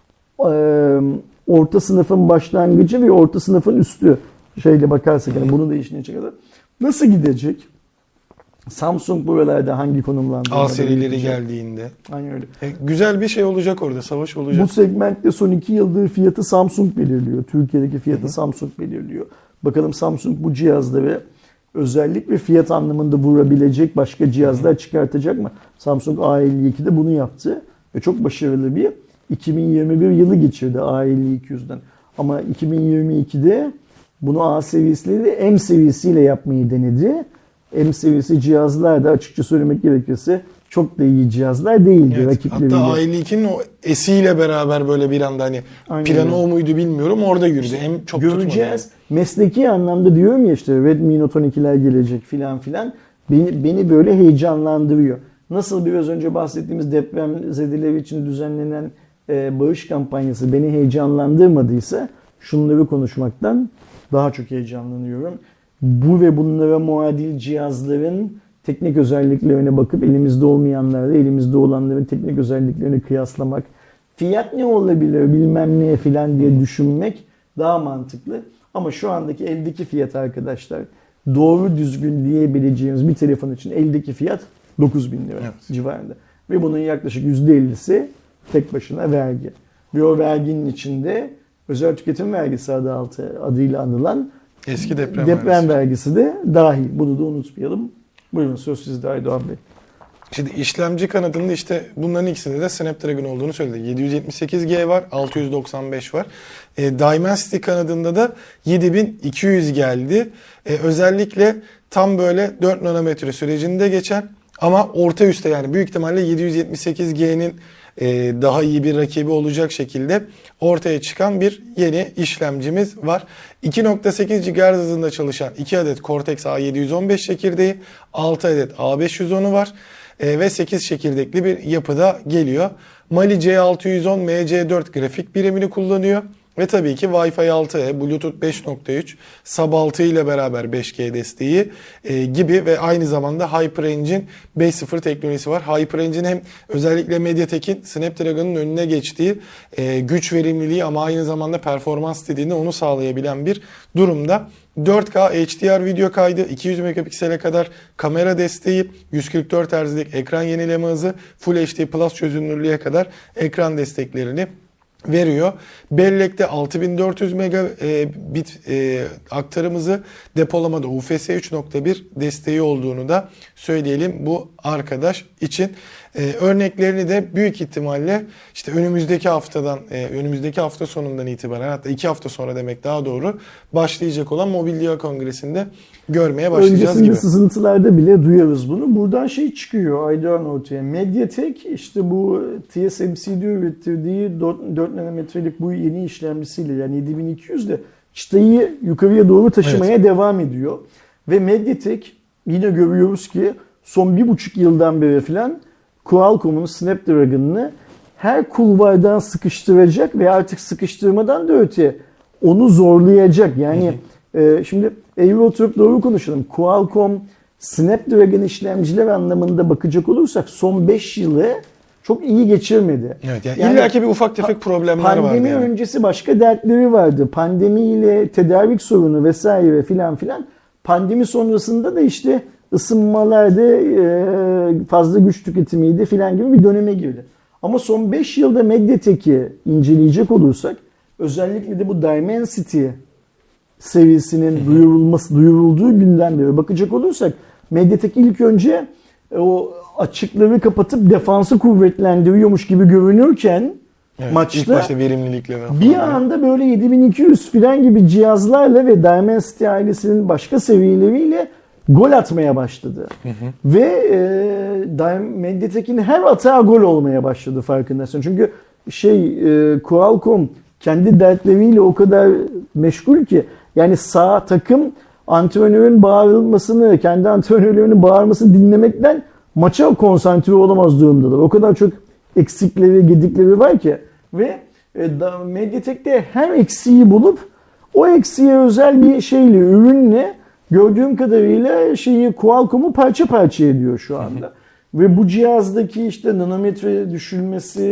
orta sınıfın başlangıcı ve orta sınıfın üstü şeyle bakarsak, yani bunu da işine çıkarır. Nasıl gidecek? Samsung buralarda hangi konumlandırmada?
A serileri geldiğinde.
Aynen öyle.
Güzel bir şey olacak orada, savaş olacak.
Bu segmentte son 2 yıldır fiyatı Samsung belirliyor. Türkiye'deki fiyatı Samsung belirliyor. Bakalım Samsung bu cihazları özellikle fiyat anlamında vurabilecek başka cihazlar çıkartacak mı? Samsung A52'de bunu yaptı ve çok başarılı bir 2021 yılı geçirdi A52'den. Ama 2022'de bunu A seviyesiyle de M seviyesiyle yapmayı denedi. M seviyesi cihazlar da açıkça söylemek gerekirse çok da iyi cihazlar değildi,
evet,
rakipleriyle.
Hatta A52'nin o esiyle beraber böyle bir anda hani planı o muydu bilmiyorum, orada yürüdü. Hem çok
göreceğiz.
tutmadı.
Mesleki anlamda diyorum ya, işte Redmi Note 12'ler gelecek filan filan. Beni böyle heyecanlandırıyor. Nasıl biraz önce bahsettiğimiz depremzedeler için düzenlenen bağış kampanyası beni heyecanlandırmadıysa, şunları konuşmaktan daha çok heyecanlanıyorum. Bu ve bunlara muadil cihazların teknik özelliklerine bakıp elimizde olmayanlarla elimizde olanların teknik özelliklerini kıyaslamak, fiyat ne olabilir bilmem ne filan diye düşünmek daha mantıklı. Ama şu andaki eldeki fiyat arkadaşlar, doğru düzgün diyebileceğimiz bir telefon için eldeki fiyat 9.000 lira civarında. Ve bunun yaklaşık %50'si tek başına vergi. Ve o verginin içinde özel tüketim vergisi adıyla anılan
eski
deprem vergisi de dahil. Bunu da unutmayalım. Buyurun, söz sizde Aydoğan Bey.
Şimdi işlemci kanadında işte bunların ikisinde de Snapdragon olduğunu söyledi. 778G var, 695 var. Dimensity kanadında da 7200 geldi. Özellikle tam böyle 4 nanometre sürecinde geçen ama orta üstte, yani büyük ihtimalle 778G'nin daha iyi bir rakibi olacak şekilde ortaya çıkan bir yeni işlemcimiz var. 2.8 GHz hızında çalışan 2 adet Cortex A715 çekirdeği, 6 adet A510'u var ve 8 çekirdekli bir yapıda geliyor. Mali C610 MC4 grafik birimini kullanıyor. Ve tabii ki Wi-Fi 6, Bluetooth 5.3, Sub-6 ile beraber 5G desteği gibi ve aynı zamanda HyperEngine 5.0 teknolojisi var. HyperEngine hem özellikle MediaTek'in Snapdragon'un önüne geçtiği güç verimliliği ama aynı zamanda performans istediğinde onu sağlayabilen bir durumda. 4K HDR video kaydı, 200 megapiksele kadar kamera desteği, 144 Hz'lik ekran yenileme hızı, Full HD Plus çözünürlüğe kadar ekran desteklerini veriyor. Bellekte 6400 megabit aktarımızı, depolamada UFS 3.1 desteği olduğunu da söyleyelim bu arkadaş için. Örneklerini de büyük ihtimalle işte önümüzdeki hafta sonundan itibaren, hatta 2 hafta sonra demek daha doğru, başlayacak olan Mobil Dünya Kongresi'nde görmeye başlayacağız
öncesinde
gibi.
Sızıntılarda bile duyarız bunu. Buradan şey çıkıyor Aydoğan ortaya. MediaTek işte bu TSMC'de ürettirdiği 4 nanometrelik bu yeni işlemcisiyle, yani 7200 de çıtayı yukarıya doğru taşımaya devam ediyor. Ve MediaTek yine görüyoruz ki son 1,5 yıldan beri falan Qualcomm'un Snapdragon'ını her kulvardan sıkıştıracak ve artık sıkıştırmadan da öte onu zorlayacak. Yani şimdi eğri oturup doğru konuşalım. Qualcomm Snapdragon işlemciler anlamında bakacak olursak son 5 yılı çok iyi geçirmedi.
Evet, yani illaki bir ufak tefek problemler vardı.
Pandemi öncesi başka dertleri vardı. Pandemiyle tedarik sorunu vesaire filan filan. Pandemi sonrasında da işte ısınmalarda fazla güç tüketimiydi filan gibi bir döneme girdi. Ama son 5 yılda MediaTek'i inceleyecek olursak, özellikle de bu Dimensity seviyesinin duyurulduğu günden beri bakacak olursak, MediaTek ilk önce o açıkları kapatıp defansı kuvvetlendiriyormuş gibi görünürken
Evet,
maçta.
İlk başta verimlilikle ve
Bir anda böyle 7200 falan gibi cihazlarla ve Dimensity ailesinin başka seviyeleriyle gol atmaya başladı. Ve Mediatek'in her atağı gol olmaya başladı farkındaysan. Çünkü Qualcomm kendi dertleriyle o kadar meşgul ki yani sağ takım antrenörün bağırılmasını, kendi antrenörlerinin bağırmasını dinlemekten maça konsantre olamaz durumdalar. O kadar çok eksikleri, gedikleri var ki ve Mediatek'te her eksiği bulup o eksiğe özel bir ürünle gördüğüm kadarıyla Qualcomm'u parça parça ediyor şu anda. Ve bu cihazdaki nanometre düşülmesi,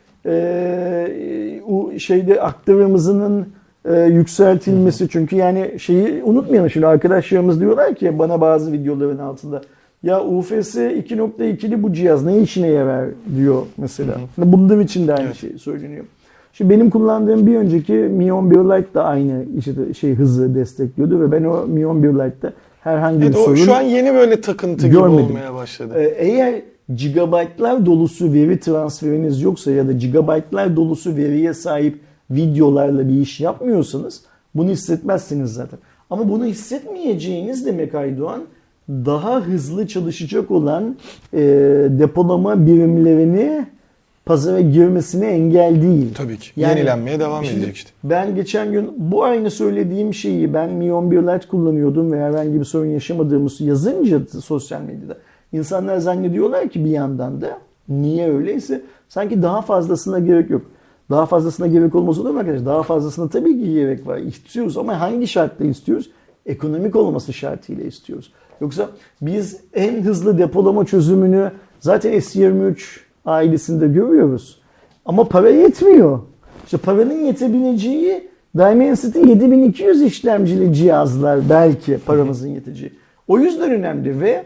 aktarım hızının yükseltilmesi. Çünkü yani unutmayalım, şimdi arkadaşlarımız diyorlar ki bana bazı videoların altında, ya UFS 2.2'li bu cihaz ne işine yarar diyor mesela. Bunun için de aynı şey söyleniyor. Şimdi benim kullandığım bir önceki Mi 11 Lite da aynı hızı destekliyordu ve ben o Mi 11 Lite'da herhangi bir sorun
şu an yeni böyle takıntı
görmedim.
gibi olmaya başladı.
Eğer gigabaytlar dolusu veri transferiniz yoksa ya da gigabaytlar dolusu veriye sahip videolarla bir iş yapmıyorsanız bunu hissetmezsiniz zaten. Ama bunu hissetmeyeceğiniz demek Aydoğan, daha hızlı çalışacak olan depolama birimlerini pazara girmesine engel değil.
Tabii ki.
Yani,
yenilenmeye devam edecek işte.
Ben geçen gün bu aynı söylediğim şeyi ben Mi 11 Lite kullanıyordum ve herhangi bir sorun yaşamadığımı yazınca sosyal medyada insanlar zannediyorlar ki bir yandan da niye öyleyse sanki daha fazlasına gerek yok. Daha fazlasına gerek olmasa da arkadaşlar daha fazlasına tabii ki gerek var. İstiyoruz ama hangi şartla istiyoruz? Ekonomik olması şartıyla istiyoruz. Yoksa biz en hızlı depolama çözümünü zaten S23 ailesinde görüyoruz. Ama para yetmiyor. İşte paranın yetebileceği Dimensity 7200 işlemcili cihazlar belki paramızın yeteceği. O yüzden önemli ve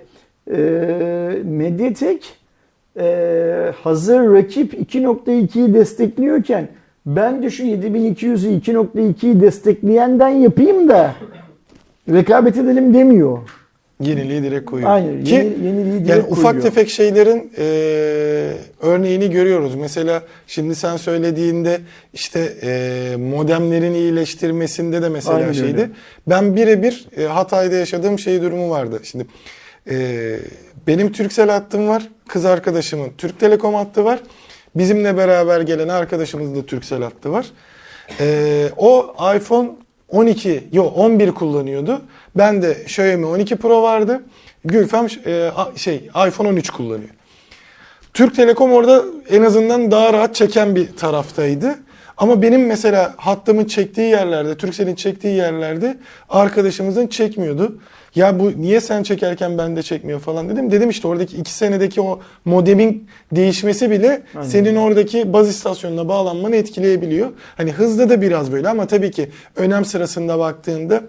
Mediatek hazır rakip 2.2'yi destekliyorken ben de şu 7200'ü 2.2'yi destekleyenden yapayım da rekabet edelim demiyor.
Yeniliği direkt koyuyor.
Aynen. Yeniliği direkt koyuyor.
Ufak tefek şeylerin örneğini görüyoruz. Mesela şimdi sen söylediğinde modemlerin iyileştirmesinde de mesela
Aynen
şeydi.
öyle.
Ben birebir Hatay'da yaşadığım durumu vardı. Şimdi benim Turkcell hattım var. Kız arkadaşımın Türk Telekom hattı var. Bizimle beraber gelen arkadaşımızın da Turkcell hattı var. O iPhone 11 kullanıyordu. Ben de Xiaomi 12 Pro vardı. Gülfem iPhone 13 kullanıyor. Türk Telekom orada en azından daha rahat çeken bir taraftaydı. Ama benim mesela hattımın çektiği yerlerde, Turkcell'in çektiği yerlerde arkadaşımızın çekmiyordu. Ya bu niye sen çekerken bende çekmiyor falan dedim. Dedim işte oradaki 2 senedeki o modemin değişmesi bile senin oradaki baz istasyonuna bağlanmanı etkileyebiliyor. Hani hızda da biraz böyle ama tabii ki önem sırasında baktığında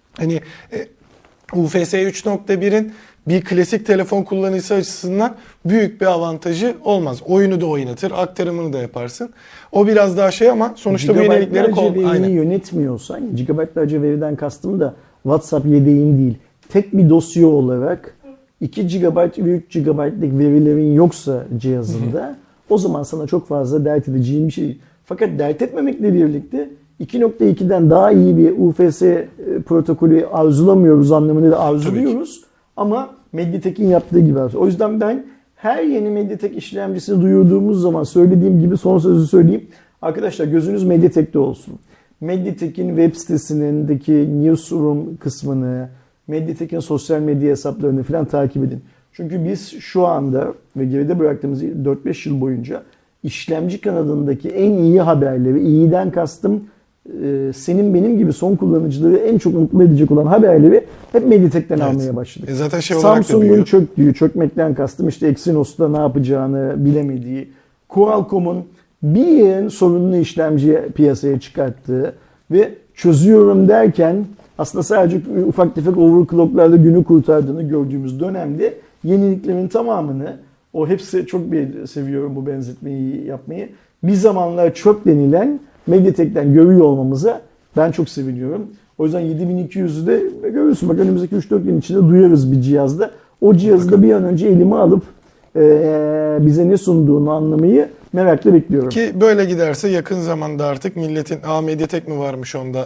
UFS 3.1'in bir klasik telefon kullanıcısı açısından büyük bir avantajı olmaz. Oyunu da oynatır, aktarımını da yaparsın. O biraz daha ama sonuçta bu yenilikleri
verini yönetmiyorsan, gigabaytlarca veriden kastım da WhatsApp yedeğin değil. Tek bir dosya olarak 2 GB ve 3 GB'lık verilerin yoksa cihazında o zaman sana çok fazla dert edeceğin bir şey. Fakat dert etmemekle birlikte 2.2'den daha iyi bir UFS protokolü arzulamıyoruz anlamında da arzuluyoruz. Ama Mediatek'in yaptığı gibi. O yüzden ben her yeni Mediatek işlemcisini duyurduğumuz zaman söylediğim gibi son sözü söyleyeyim. Arkadaşlar gözünüz Mediatek'te olsun. Mediatek'in web sitesindeki newsroom kısmını, Mediatek'in sosyal medya hesaplarını falan takip edin. Çünkü biz şu anda ve geride bıraktığımız 4-5 yıl boyunca işlemci kanadındaki en iyi haberleri, iyiden kastım senin benim gibi son kullanıcıları en çok mutlu edecek olan haberleri hep Mediatek'ten almaya başladık.
Zaten
Samsung'un çöktüğü, çökmekten kastım Exynos'ta ne yapacağını bilemediği, Qualcomm'un bir yerin sorunlu işlemci piyasaya çıkarttığı ve çözüyorum derken aslında sadece ufak tefek overclocklarla günü kurtardığını gördüğümüz dönemde yeniliklerin tamamını, o hepsi çok seviyorum bu benzetmeyi yapmayı, bir zamanlar çöp denilen Mediatek'ten görüyor olmamıza ben çok seviniyorum. O yüzden 7200'ü de görürsün. Bak önümüzdeki 3-4 gün içinde duyarız bir cihazda. O cihazı da bir an önce elime alıp bize ne sunduğunu anlamayı Merakla bekliyorum.
Ki böyle giderse yakın zamanda artık milletin Mediatek mi varmış onda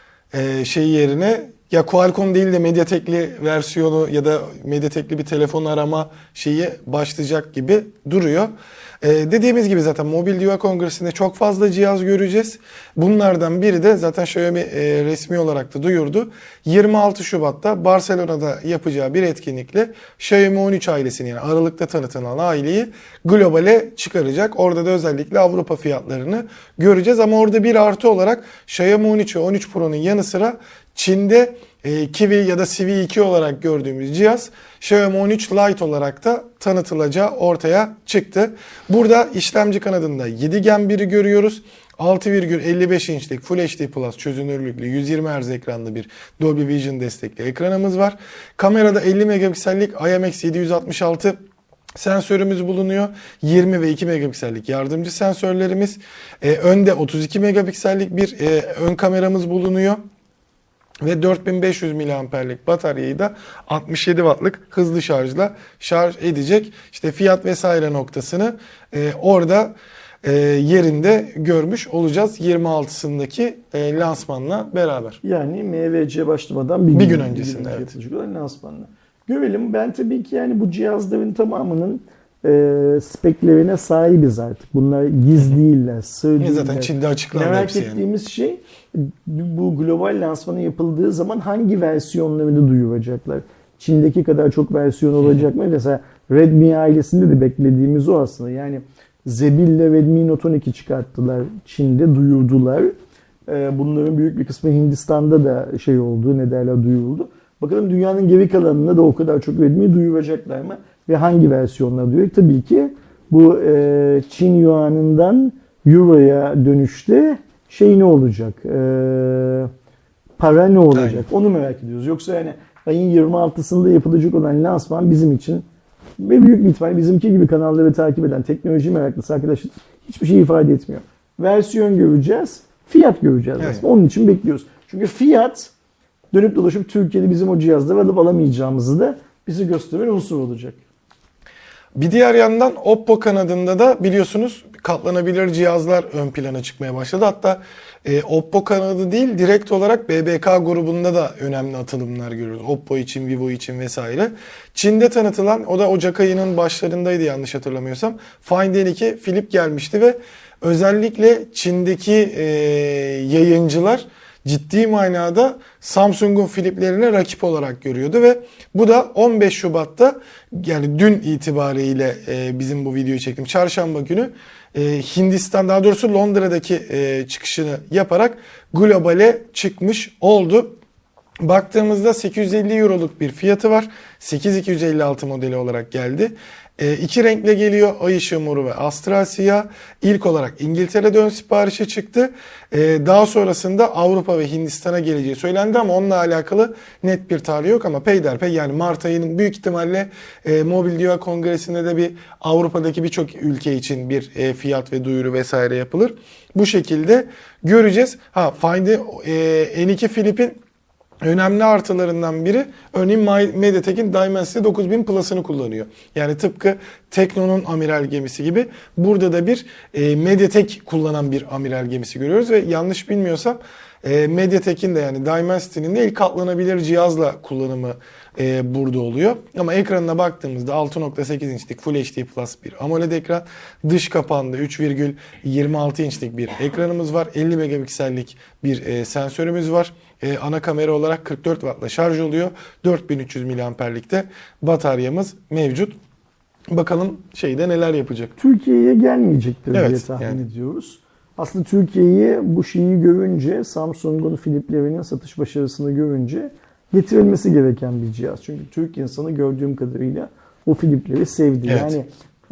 şey yerine ya Qualcomm değil de Mediatek'li versiyonu ya da Mediatek'li bir telefon arama şeyi başlayacak gibi duruyor. Dediğimiz gibi zaten Mobil Dünya Kongresi'nde çok fazla cihaz göreceğiz. Bunlardan biri de zaten Xiaomi resmi olarak da duyurdu. 26 Şubat'ta Barcelona'da yapacağı bir etkinlikle Xiaomi 13 ailesini, yani Aralık'ta tanıtılan aileyi globale çıkaracak. Orada da özellikle Avrupa fiyatlarını göreceğiz. Ama orada bir artı olarak Xiaomi 13 ve 13 Pro'nun yanı sıra Çin'de Kiwi ya da Civi 2 olarak gördüğümüz cihaz Xiaomi 13 Lite olarak da tanıtılacağı ortaya çıktı. Burada işlemci kanadında 7 Gen 1'i görüyoruz. 6,55 inçlik Full HD Plus çözünürlüklü 120 Hz ekranlı bir Dolby Vision destekli ekranımız var. Kamerada 50 megapiksellik IMX766 sensörümüz bulunuyor. 20 ve 2 megapiksellik yardımcı sensörlerimiz. Önde 32 megapiksellik bir ön kameramız bulunuyor. Ve 4500 miliamperlik bataryayı da 67 wattlık hızlı şarjla şarj edecek. İşte fiyat vesaire noktasını orada yerinde görmüş olacağız 26'sındaki lansmanla beraber.
Yani MVC başlamadan bir gün öncesinde yapılacak olan lansmanla. Görelim. Ben tabii ki yani bu cihazların tamamının speklerine sahibiz artık. Bunlar gizli değiller, sır değiller.
Zaten Çin'de açıklandı
Merak
hepsi
ettiğimiz şey bu global lansmanı yapıldığı zaman hangi versiyonlarını duyuracaklar? Çin'deki kadar çok versiyon olacak mı? Mesela Redmi ailesinde de beklediğimiz o aslında. Yani Zebil ile Redmi Note 12 çıkarttılar. Çin'de duyurdular. Bunların büyük bir kısmı Hindistan'da da şey oldu, ne derler, duyuruldu. Bakalım dünyanın geri kalanında da o kadar çok Redmi duyuracaklar mı? Ve hangi versiyonlar duyuyor? Tabii ki bu Çin Yuan'ından Euro'ya dönüşte şey ne olacak? Para ne olacak? Aynen. Onu merak ediyoruz. Yoksa yani ayın 26'sında yapılacak olan lansman bizim için ve büyük bir ihtimal bizimki gibi kanalları takip eden teknoloji meraklısı arkadaşlar hiçbir şey ifade etmiyor. Versiyon göreceğiz, fiyat göreceğiz. Evet. Onun için bekliyoruz. Çünkü fiyat dönüp dolaşıp Türkiye'de bizim o cihazları alıp alamayacağımızı da bizi gösteren unsur olacak.
Bir diğer yandan Oppo kanadında da biliyorsunuz katlanabilir cihazlar ön plana çıkmaya başladı. Hatta Oppo kanadı değil, direkt olarak BBK grubunda da önemli atılımlar görüyoruz. Oppo için, Vivo için vesaire. Çin'de tanıtılan, o da Ocak ayının başlarındaydı yanlış hatırlamıyorsam, Find N2 Flip gelmişti ve özellikle Çin'deki yayıncılar ciddi manada Samsung'un Flip'lerine rakip olarak görüyordu ve bu da 15 Şubat'ta, yani dün itibariyle bizim bu videoyu çektim, çarşamba günü Hindistan, daha doğrusu Londra'daki çıkışını yaparak globale çıkmış oldu. Baktığımızda 850 euroluk bir fiyatı var. 8256 modeli olarak geldi. İki renkle geliyor. Ay ışığı moru ve astral siyah. İlk olarak İngiltere'de ön siparişe çıktı. Daha sonrasında Avrupa ve Hindistan'a geleceği söylendi ama onunla alakalı net bir tarih yok ama peyderpey, yani Mart ayının büyük ihtimalle Mobil Dünya Kongresi'nde de bir Avrupa'daki birçok ülke için bir fiyat ve duyuru vesaire yapılır. Bu şekilde göreceğiz. Find N2 Flip'in önemli artılarından biri, örneğin Mediatek'in Dimensity 9000 Plus'ını kullanıyor. Yani tıpkı Tekno'nun amiral gemisi gibi burada da bir Mediatek kullanan bir amiral gemisi görüyoruz ve yanlış bilmiyorsam Mediatek'in de, yani Dimensity'nin de ilk katlanabilir cihazla kullanımı burada oluyor. Ama ekranına baktığımızda 6.8 inçlik Full HD Plus bir AMOLED ekran. Dış kapağında 3,26 inçlik bir ekranımız var. 50 megapiksellik bir sensörümüz var. Ana kamera olarak 44 Watt'la şarj oluyor. 4300 miliamperlikte bataryamız mevcut. Bakalım şeyde neler yapacak.
Türkiye'ye gelmeyecektir diye tahmin ediyoruz. Aslında Türkiye'yi bu şeyi görünce, Samsung'un Flip'lerinin satış başarısını görünce getirilmesi gereken bir cihaz. Çünkü Türk insanı gördüğüm kadarıyla o Flip'leri sevdi. Evet. Yani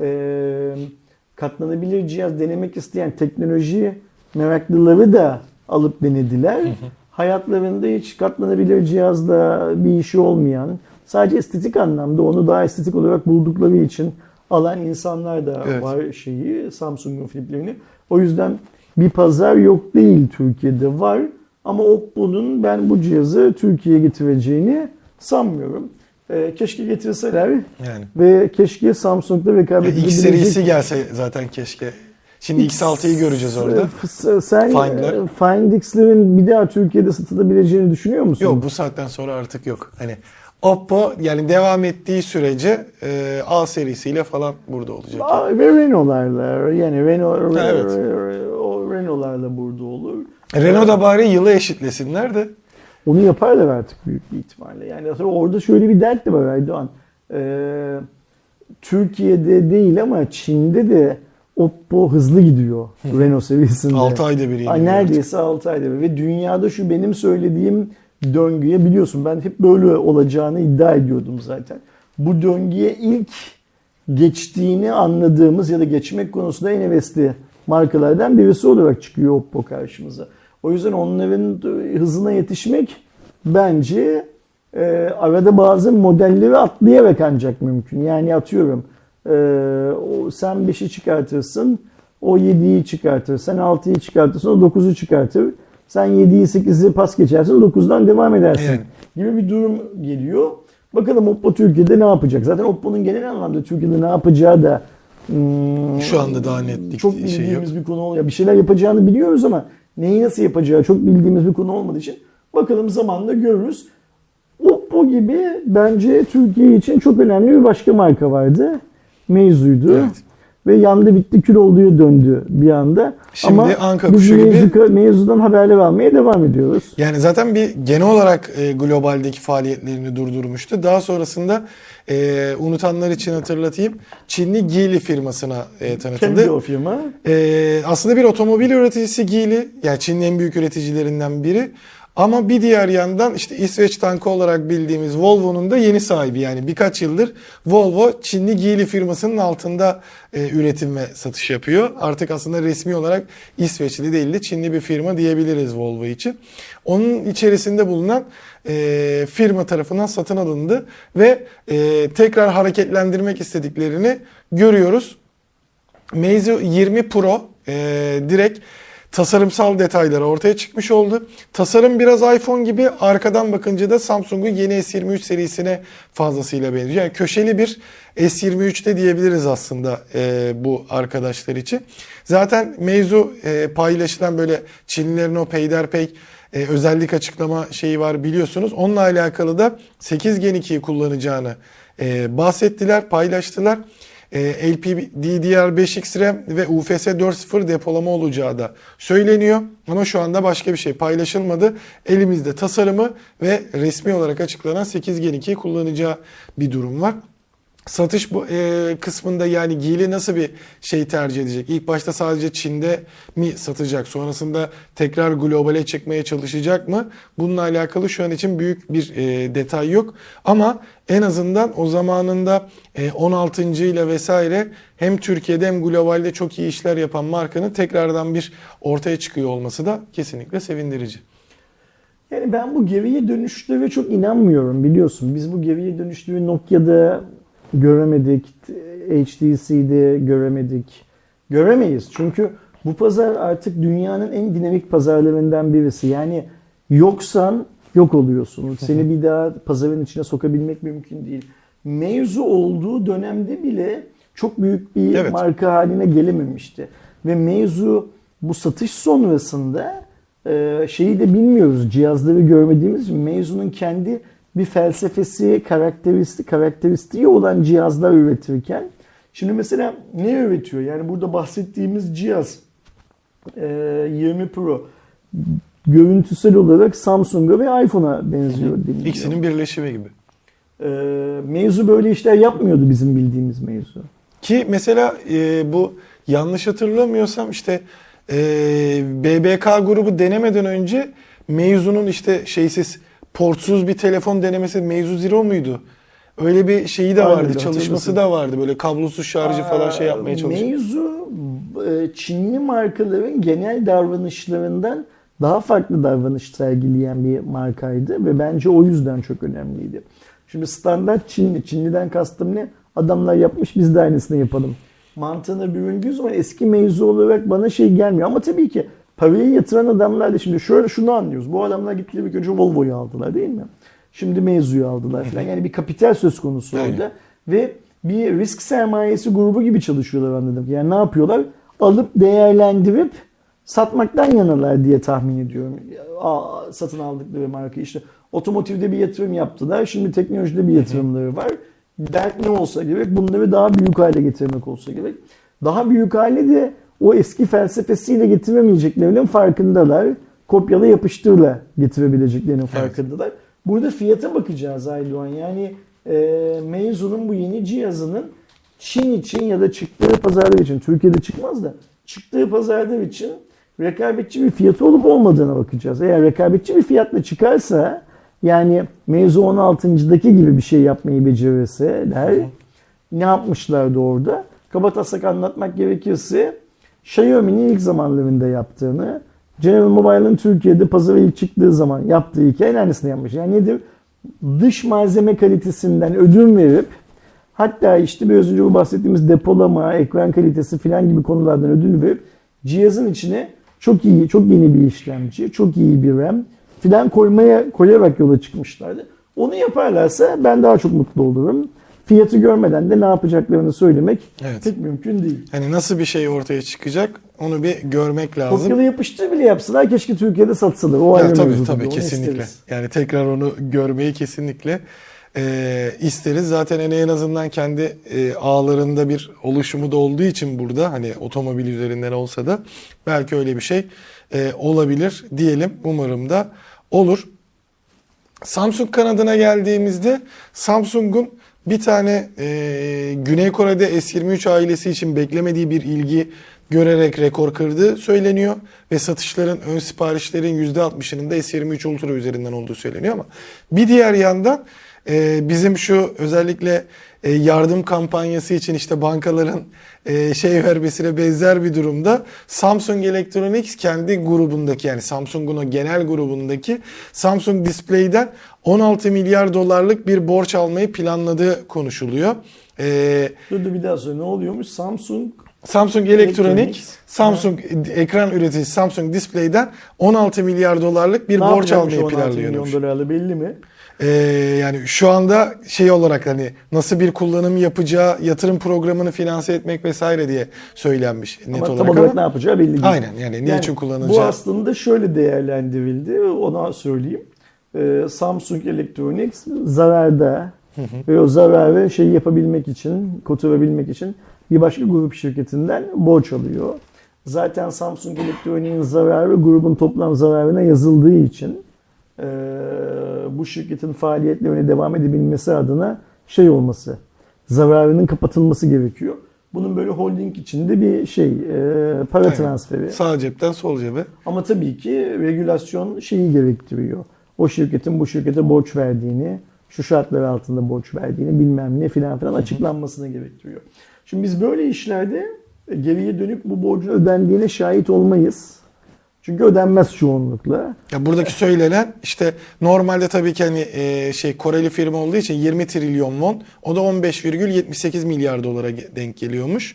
katlanabilir cihaz denemek isteyen teknoloji meraklıları da alıp denediler. Hayatlarında hiç katlanabilir cihazla bir işi olmayan, sadece estetik anlamda onu daha estetik olarak buldukları için alan insanlar da var Samsung'un Flip'lerini. O yüzden bir pazar yok değil, Türkiye'de var. Ama Oppo'nun ben bu cihazı Türkiye'ye getireceğini sanmıyorum. Keşke getirseler ve keşke Samsung'da rekabet edebilecek.
X serisi gelse zaten keşke. Şimdi X6'yı göreceğiz orada.
Sen
Find'ler.
Find X'lerin bir daha Türkiye'de satılabileceğini düşünüyor musun?
Yok, bu saatten sonra artık yok. Hani Oppo yani devam ettiği sürece A serisiyle falan burada olacak.
Ve Renault'larla yani
Evet.
Renault'larla burada olur.
Renault da bari yılı eşitlesinler de.
Onu yaparlar artık büyük bir ihtimalle. Yani aslında orada şöyle bir dert de var Aydoğan. Türkiye'de değil ama Çin'de de Oppo hızlı gidiyor Renault seviyesinde.
6 ayda bir yeni.
Neredeyse 6 ayda bir. Ve dünyada şu benim söylediğim döngüye biliyorsun ben hep böyle olacağını iddia ediyordum zaten. Bu döngüye ilk geçtiğini anladığımız ya da geçmek konusunda en hevesli markalardan birisi olarak çıkıyor Oppo karşımıza. O yüzden onların hızına yetişmek bence arada bazı modelleri atlayarak ancak mümkün. Yani atıyorum sen 5'i çıkartırsın, o 7'yi çıkartır, sen 6'yı çıkartırsın, o 9'u çıkartır. Sen 7'yi 8'i pas geçersin, 9'dan devam edersin
Evet.
gibi bir durum geliyor. Bakalım Oppo Türkiye'de ne yapacak? Zaten Oppo'nun genel anlamda Türkiye'de ne yapacağı da
Şu anda daha netlik
çok
şey
bildiğimiz
yok.
bir konu oluyor. Bir şeyler yapacağını biliyoruz ama neyi nasıl yapacağı çok bildiğimiz bir konu olmadığı için bakalım zamanla görürüz. Oppo gibi bence Türkiye için çok önemli bir başka marka vardı. Meizu'ydu.
Evet.
Ve yandı bitti kül olduğu döndü bir anda.
Şimdi
ama
Anka
biz
kuşu gibi.
Meizu'dan haberler almaya devam ediyoruz.
Yani zaten bir genel olarak globaldeki faaliyetlerini durdurmuştu. Daha sonrasında unutanlar için hatırlatayım. Çinli Geely firmasına tanıtıldı.
Kendi o firma.
Aslında bir otomobil üreticisi Geely. Yani Çin'in en büyük üreticilerinden biri. Ama bir diğer yandan işte İsveç tankı olarak bildiğimiz Volvo'nun da yeni sahibi. Yani birkaç yıldır Volvo Çinli Geely firmasının altında üretim ve satış yapıyor. Artık aslında resmi olarak İsveçli değil de Çinli bir firma diyebiliriz Volvo için. Onun içerisinde bulunan firma tarafından satın alındı ve tekrar hareketlendirmek istediklerini görüyoruz. Meizu 20 Pro direkt tasarımsal detayları ortaya çıkmış oldu. Tasarım biraz iPhone gibi, arkadan bakınca da Samsung'un yeni S23 serisine fazlasıyla benziyor. Yani köşeli bir S23'te diyebiliriz aslında bu arkadaşlar için. Zaten Meizu paylaşılan böyle Çinlilerin o peyderpey özellik açıklama şeyi var biliyorsunuz. Onunla alakalı da 8 Gen 2'yi kullanacağını bahsettiler, paylaştılar. LPDDR5X RAM ve UFS 4.0 depolama olacağı da söyleniyor. Ama şu anda başka bir şey paylaşılmadı. Elimizde tasarımı ve resmi olarak açıklanan 8 Gen 2'yi kullanacağı bir durum var. Satış kısmında yani Geely nasıl bir şey tercih edecek? İlk başta sadece Çin'de mi satacak? Sonrasında tekrar globale çıkmaya çalışacak mı? Bununla alakalı şu an için büyük bir detay yok. Ama en azından o zamanında 16. ile vesaire hem Türkiye'de hem globalde çok iyi işler yapan markanın tekrardan bir ortaya çıkıyor olması da kesinlikle sevindirici.
Yani ben bu geriye dönüşlere çok inanmıyorum biliyorsun. Biz bu geriye dönüşleri Nokia'da göremedik, HTC'de göremedik. Göremeyiz çünkü bu pazar artık dünyanın en dinamik pazarlarından birisi. Yani yoksan yok oluyorsun. Seni bir daha pazarın içine sokabilmek mümkün değil. Mevzu olduğu dönemde bile çok büyük bir marka haline gelememişti. Ve mevzu bu satış sonrasında şeyi de bilmiyoruz. Cihazları görmediğimiz için mevzunun kendi bir felsefesi, karakteristiği olan cihazlar üretirken şimdi mesela ne üretiyor? Yani burada bahsettiğimiz cihaz 20 Pro görüntüsel olarak Samsung'a ve iPhone'a benziyor deniliyor.
İkisinin birleşimi gibi.
Mevzu böyle işler yapmıyordu bizim bildiğimiz mevzu.
Ki mesela bu yanlış hatırlamıyorsam işte BBK grubu denemeden önce Meizu'nun işte şeysiz portsuz bir telefon denemesi Meizu Zero muydu? Öyle bir şeyi de vardı, çalışması da vardı. Böyle kablosuz şarjı falan şey yapmaya çalışıyor.
Meizu Çinli markaların genel davranışlarından daha farklı davranış sergileyen bir markaydı ve bence o yüzden çok önemliydi. Şimdi standart Çinli, Çinliden kastım ne? Adamlar yapmış biz de aynısını yapalım. Mantığına büründüğü zaman eski Meizu olarak bana şey gelmiyor. Ama tabii ki parayı yatıran adamlar da şimdi şöyle şunu anlıyoruz. Bu adamlar gittiler bir önce Volvo'yu aldılar değil mi? Şimdi Meizu'yu aldılar falan. Yani bir kapital söz konusu orada. Ve bir risk sermayesi grubu gibi çalışıyorlar anladım. Yani ne yapıyorlar? alıp değerlendirip satmaktan yanalar diye tahmin ediyorum. Satın aldıkları marka işte otomotivde bir yatırım yaptılar. Şimdi teknolojide bir yatırımları var. Dert ne olsa gerek? Bunları daha büyük hale getirmek olsa gerek. Daha büyük hale de o eski felsefesiyle getiremeyeceklerinin farkındalar. Kopyala yapıştırla getirebileceklerinin farkındalar. Burada fiyata bakacağız Aydoğan. Yani Meizu'nun bu yeni cihazının Çin için ya da çıktığı pazarlar için, Türkiye'de çıkmaz da çıktığı pazarlar için rekabetçi bir fiyatı olup olmadığına bakacağız. Eğer rekabetçi bir fiyatla çıkarsa, yani Meizu 16.'daki gibi bir şey yapmayı becerirseler, ne yapmışlardı orada? Kabataslak anlatmak gerekirse Xiaomi'nin ilk zamanlarında yaptığını, General Mobile'ın Türkiye'de pazara ilk çıktığı zaman yaptığı hikayenin aynısını yapmış. Yani nedir? Dış malzeme kalitesinden ödün verip, hatta işte biraz önce bu bahsettiğimiz depolama, ekran kalitesi filan gibi konulardan ödün verip cihazın içine çok iyi, çok yeni bir işlemci, çok iyi bir RAM filan koyarak yola çıkmışlardı. Onu yaparlarsa ben daha çok mutlu olurum. Fiyatı görmeden de ne yapacaklarını söylemek pek mümkün değil.
Hani nasıl bir şey ortaya çıkacak onu bir görmek lazım.
Kopyala yapıştır bile yapsalar keşke Türkiye'de satsalar. O ayrı mevzu.
Tabii kesinlikle. Yani tekrar onu görmeyi kesinlikle isteriz. Zaten en azından kendi ağlarında bir oluşumu da olduğu için burada hani otomobil üzerinden olsa da belki öyle bir şey olabilir diyelim. Umarım da olur. Samsung kanadına geldiğimizde Samsung'un bir tane Güney Kore'de S23 ailesi için beklemediği bir ilgi görerek rekor kırdığı söyleniyor. Ve satışların ön siparişlerin %60'ının da S23 Ultra üzerinden olduğu söyleniyor ama bir diğer yandan bizim şu özellikle yardım kampanyası için işte bankaların vermesine benzer bir durumda Samsung Electronics kendi grubundaki, yani Samsung'un o genel grubundaki Samsung Display'den 16 milyar dolarlık bir borç almayı planladığı konuşuluyor.
Dur bir daha söyle, ne oluyormuş?
Samsung Electronics, Samsung ekran üreticisi Samsung Display'den 16 milyar dolarlık bir borç almayı planlıyormuş.
Milyon dolarlı belli mi?
Yani şu anda olarak hani nasıl bir kullanım yapacağı, yatırım programını finanse etmek vesaire diye söylenmiş net
ama
olarak.
Tam olarak ne yapacağı belli değil.
Aynen, yani ne için kullanacağı.
Bu aslında şöyle değerlendirildi, ona söyleyeyim. Samsung Electronics zararda ve o zararı yapabilmek için, koturabilmek için bir başka grup şirketinden borç alıyor. Zaten Samsung Electronics'in zararı grubun toplam zararına yazıldığı için bu şirketin faaliyetlerine devam edebilmesi adına olması, zararının kapatılması gerekiyor. Bunun böyle holding içinde bir para transferi.
Sağ cepten sol cebe.
Ama tabii ki regülasyon gerektiriyor. O şirketin bu şirkete borç verdiğini, şu şartlar altında borç verdiğini bilmem ne filan açıklanmasını gerektiriyor. Şimdi biz böyle işlerde geriye dönük bu borcun ödendiğine şahit olmayız. Çünkü ödenmez çoğunlukla.
Ya buradaki söylenen işte normalde tabii ki hani Koreli firma olduğu için 20 trilyon won, o da 15,78 milyar dolara denk geliyormuş.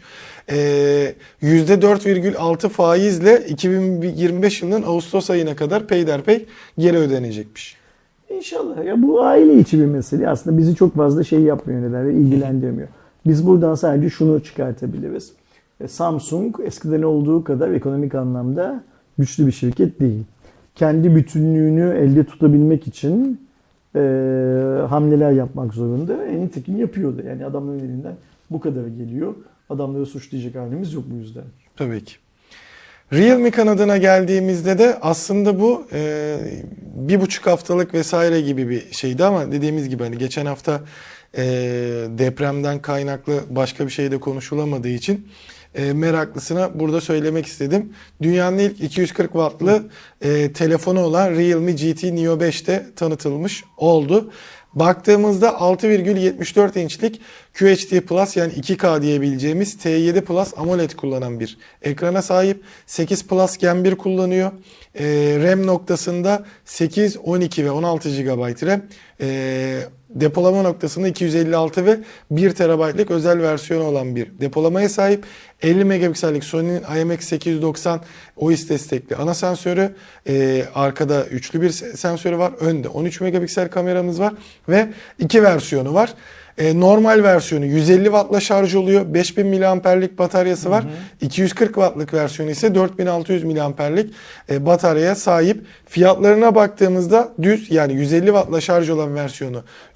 %4,6 faizle 2025 yılının Ağustos ayına kadar peyderpey geri ödenecekmiş.
İnşallah. Ya bu aile içi bir mesele. Aslında bizi çok fazla yapmıyor nedenle, ilgilendirmiyor. Biz buradan sadece şunu çıkartabiliriz. Samsung eskiden olduğu kadar ekonomik anlamda güçlü bir şirket değil. Kendi bütünlüğünü elde tutabilmek için hamleler yapmak zorunda. Nitekim yapıyordu. Yani adamların elinden bu kadar geliyor. Adamları suçlayacak halimiz yok bu yüzden.
Tabii ki. Realme kanadına geldiğimizde de aslında bu 1,5 haftalık vesaire gibi bir şeydi ama dediğimiz gibi hani geçen hafta depremden kaynaklı başka bir şey de konuşulamadığı için meraklısına burada söylemek istedim. Dünyanın ilk 240 wattlı telefonu olan Realme GT Neo 5 de tanıtılmış oldu. Baktığımızda 6,74 inçlik QHD Plus yani 2K diyebileceğimiz T7 Plus AMOLED kullanan bir ekrana sahip. 8 Plus Gen 1 kullanıyor. RAM noktasında 8, 12 ve 16 GB RAM. Depolama noktasında 256 ve 1 TB'lık özel versiyonu olan bir depolamaya sahip. 50 megapiksellik Sony'nin IMX890 OIS destekli ana sensörü. Arkada üçlü bir sensörü var. Önde 13 megapiksel kameramız var ve 2 versiyonu var. Normal versiyonu 150 wattla şarj oluyor. 5000 miliamperlik bataryası var. 240 wattlık versiyonu ise 4600 miliamperlik bataryaya sahip. Fiyatlarına baktığımızda düz, yani 150 wattla şarj olan versiyonu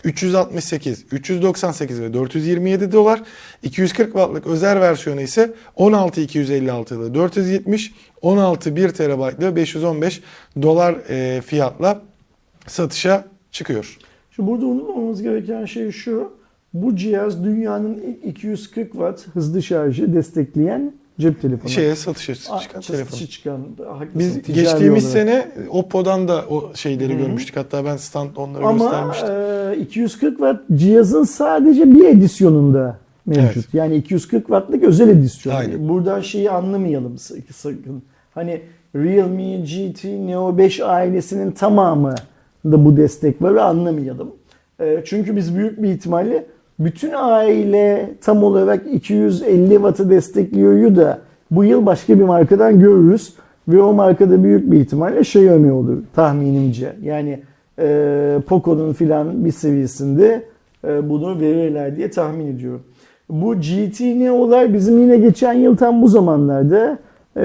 368, 398 ve 427 dolar. 240 wattlık özel versiyonu ise 16256'lı 470, 16 1 TB'lı 515 dolar fiyatla satışa çıkıyor.
Şu burada unutmamamız gereken şey şu. Bu cihaz dünyanın ilk 240 watt hızlı şarjı destekleyen cep telefonu.
Satışa çıkan telefon.
Satışa çıkan. Haklısın,
Biz
ticari
geçtiğimiz
olarak.
sene Oppo'dan da o şeyleri görmüştük. Hatta ben onları göstermiştim.
Ama 240 watt cihazın sadece bir edisyonunda mevcut.
Evet.
Yani 240 wattlık özel edisyon.
Aynen.
Buradan şeyi anlamayalım sakın. Hani Realme GT Neo 5 ailesinin tamamı da bu destek var ve anlamayalım. Çünkü biz büyük bir ihtimalle bütün aile tam olarak 250 wattı destekliyoryu da bu yıl başka bir markadan görürüz. Ve o markada büyük bir ihtimalle Xiaomi olur tahminimce. Yani Poco'nun filan bir seviyesinde bunu verirler diye tahmin ediyorum. Bu GT Neo'lar bizim yine geçen yıl tam bu zamanlarda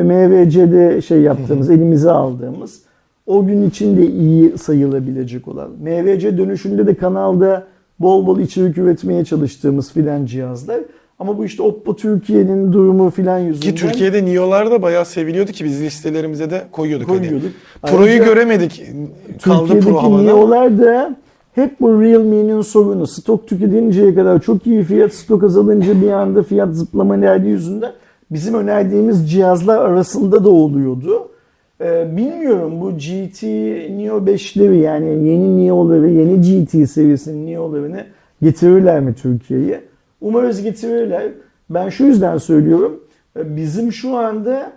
MVC'de yaptığımız, elimize aldığımız, o gün içinde iyi sayılabilecek olan, MVC dönüşünde de kanalda bol bol içerik üretmeye çalıştığımız filan cihazlar. Ama bu işte Oppo Türkiye'nin durumu filan yüzünden...
Ki Türkiye'de Neo'lar da bayağı seviliyordu ki biz listelerimize de koyuyorduk. Pro'yu
Ayrıca
göremedik. Kaldı Pro
Türkiye'deki
havada.
Neo'lar da hep bu Realme'nin sorunu. Stok tüketinceye kadar çok iyi fiyat, stok azalınca bir anda fiyat zıplama nerede yüzünden bizim önerdiğimiz cihazlar arasında da oluyordu. Bilmiyorum bu GT Neo 5'leri, yani yeni Neo'ları, yeni GT serisinin Neo'larını getirirler mi Türkiye'ye? Umarız getirirler. Ben şu yüzden söylüyorum. Bizim şu anda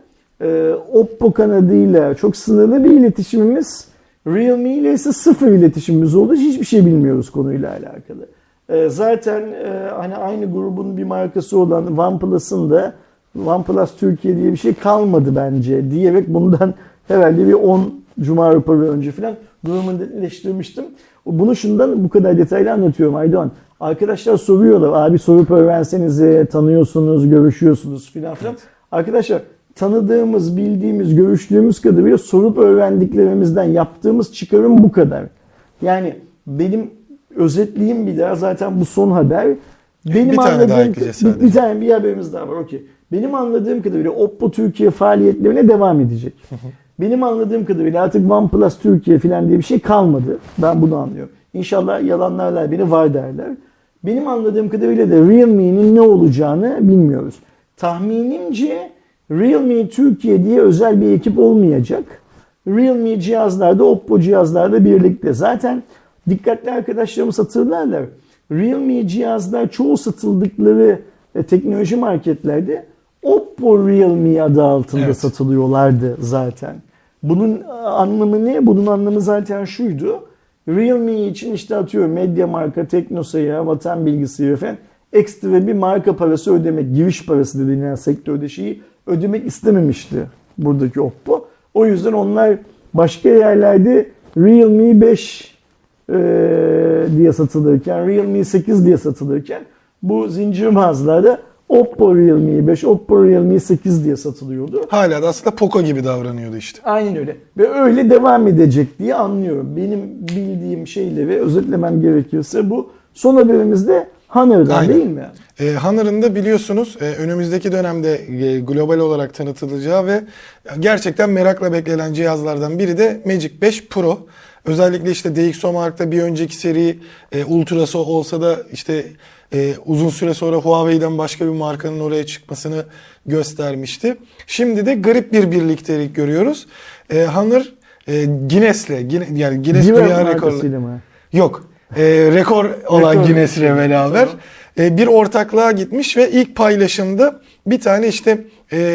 Oppo kanadıyla çok sınırlı bir iletişimimiz, Realme ile ise sıfır iletişimimiz oldu. Hiçbir şey bilmiyoruz konuyla alakalı. Zaten hani aynı grubun bir markası olan OnePlus'ın da OnePlus Türkiye diye bir şey kalmadı bence diyerek bundan herhalde bir 10 Cuma raporu önce falan durumu netleştirmiştim. Bunu şundan bu kadar detaylı anlatıyorum Aydoğan. Arkadaşlar soruyorlar, abi sorup öğrensenize, tanıyorsunuz, görüşüyorsunuz filan filan. Evet. Arkadaşlar tanıdığımız, bildiğimiz, görüştüğümüz kadarıyla sorup öğrendiklerimizden yaptığımız çıkarım bu kadar. Yani benim özetleyeyim bir daha, zaten bu son haber. Benim
bir tane daha ekleyeceğiz sadece.
Bir tane bir haberimiz daha var. Okey. Benim anladığım kadarıyla Oppo Türkiye faaliyetlerine devam edecek. Benim anladığım kadarıyla artık OnePlus Türkiye falan diye bir şey kalmadı. Ben bunu anlıyorum. İnşallah yalanlarlar beni, var derler. Benim anladığım kadarıyla da Realme'nin ne olacağını bilmiyoruz. Tahminimce Realme Türkiye diye özel bir ekip olmayacak. Realme cihazlarda, Oppo cihazlarda birlikte. Zaten dikkatli arkadaşlarımız hatırlarlar. Realme cihazlar çoğu satıldıkları teknoloji marketlerde Oppo Realme adı altında satılıyorlardı zaten. Bunun anlamı ne? Bunun anlamı zaten şuydu. Realme için işte atıyorum Mediamarkt'a, Teknosa'ya, Vatan Bilgisayar'a falan ekstra bir marka parası ödemek, giriş parası dediğin sektörde şeyi ödemek istememişti buradaki Oppo. O yüzden onlar başka yerlerde Realme 5 diye satılırken, Realme 8 diye satılırken bu zincir mağazalarda Oppo Realme 5, Oppo Realme 8 diye satılıyordu.
Hala da aslında Poco gibi davranıyordu işte.
Aynen öyle. Ve öyle devam edecek diye anlıyorum. Benim bildiğim şeyleri özetlemem gerekirse bu. Son haberimiz de Honor'dan değil mi?
Honor'ın da biliyorsunuz önümüzdeki dönemde global olarak tanıtılacağı ve gerçekten merakla beklenen cihazlardan biri de Magic 5 Pro. Özellikle işte DxOMark'ta bir önceki seri Ultra'sı olsa da işte uzun süre sonra Huawei'den başka bir markanın oraya çıkmasını göstermişti. Şimdi de garip bir birliktelik görüyoruz. Honor Guinness'le, yani Guinness Dünya Rekorları. Yok. Rekor olan Guinness'le beraber bir ortaklığa gitmiş ve ilk paylaşımda bir tane işte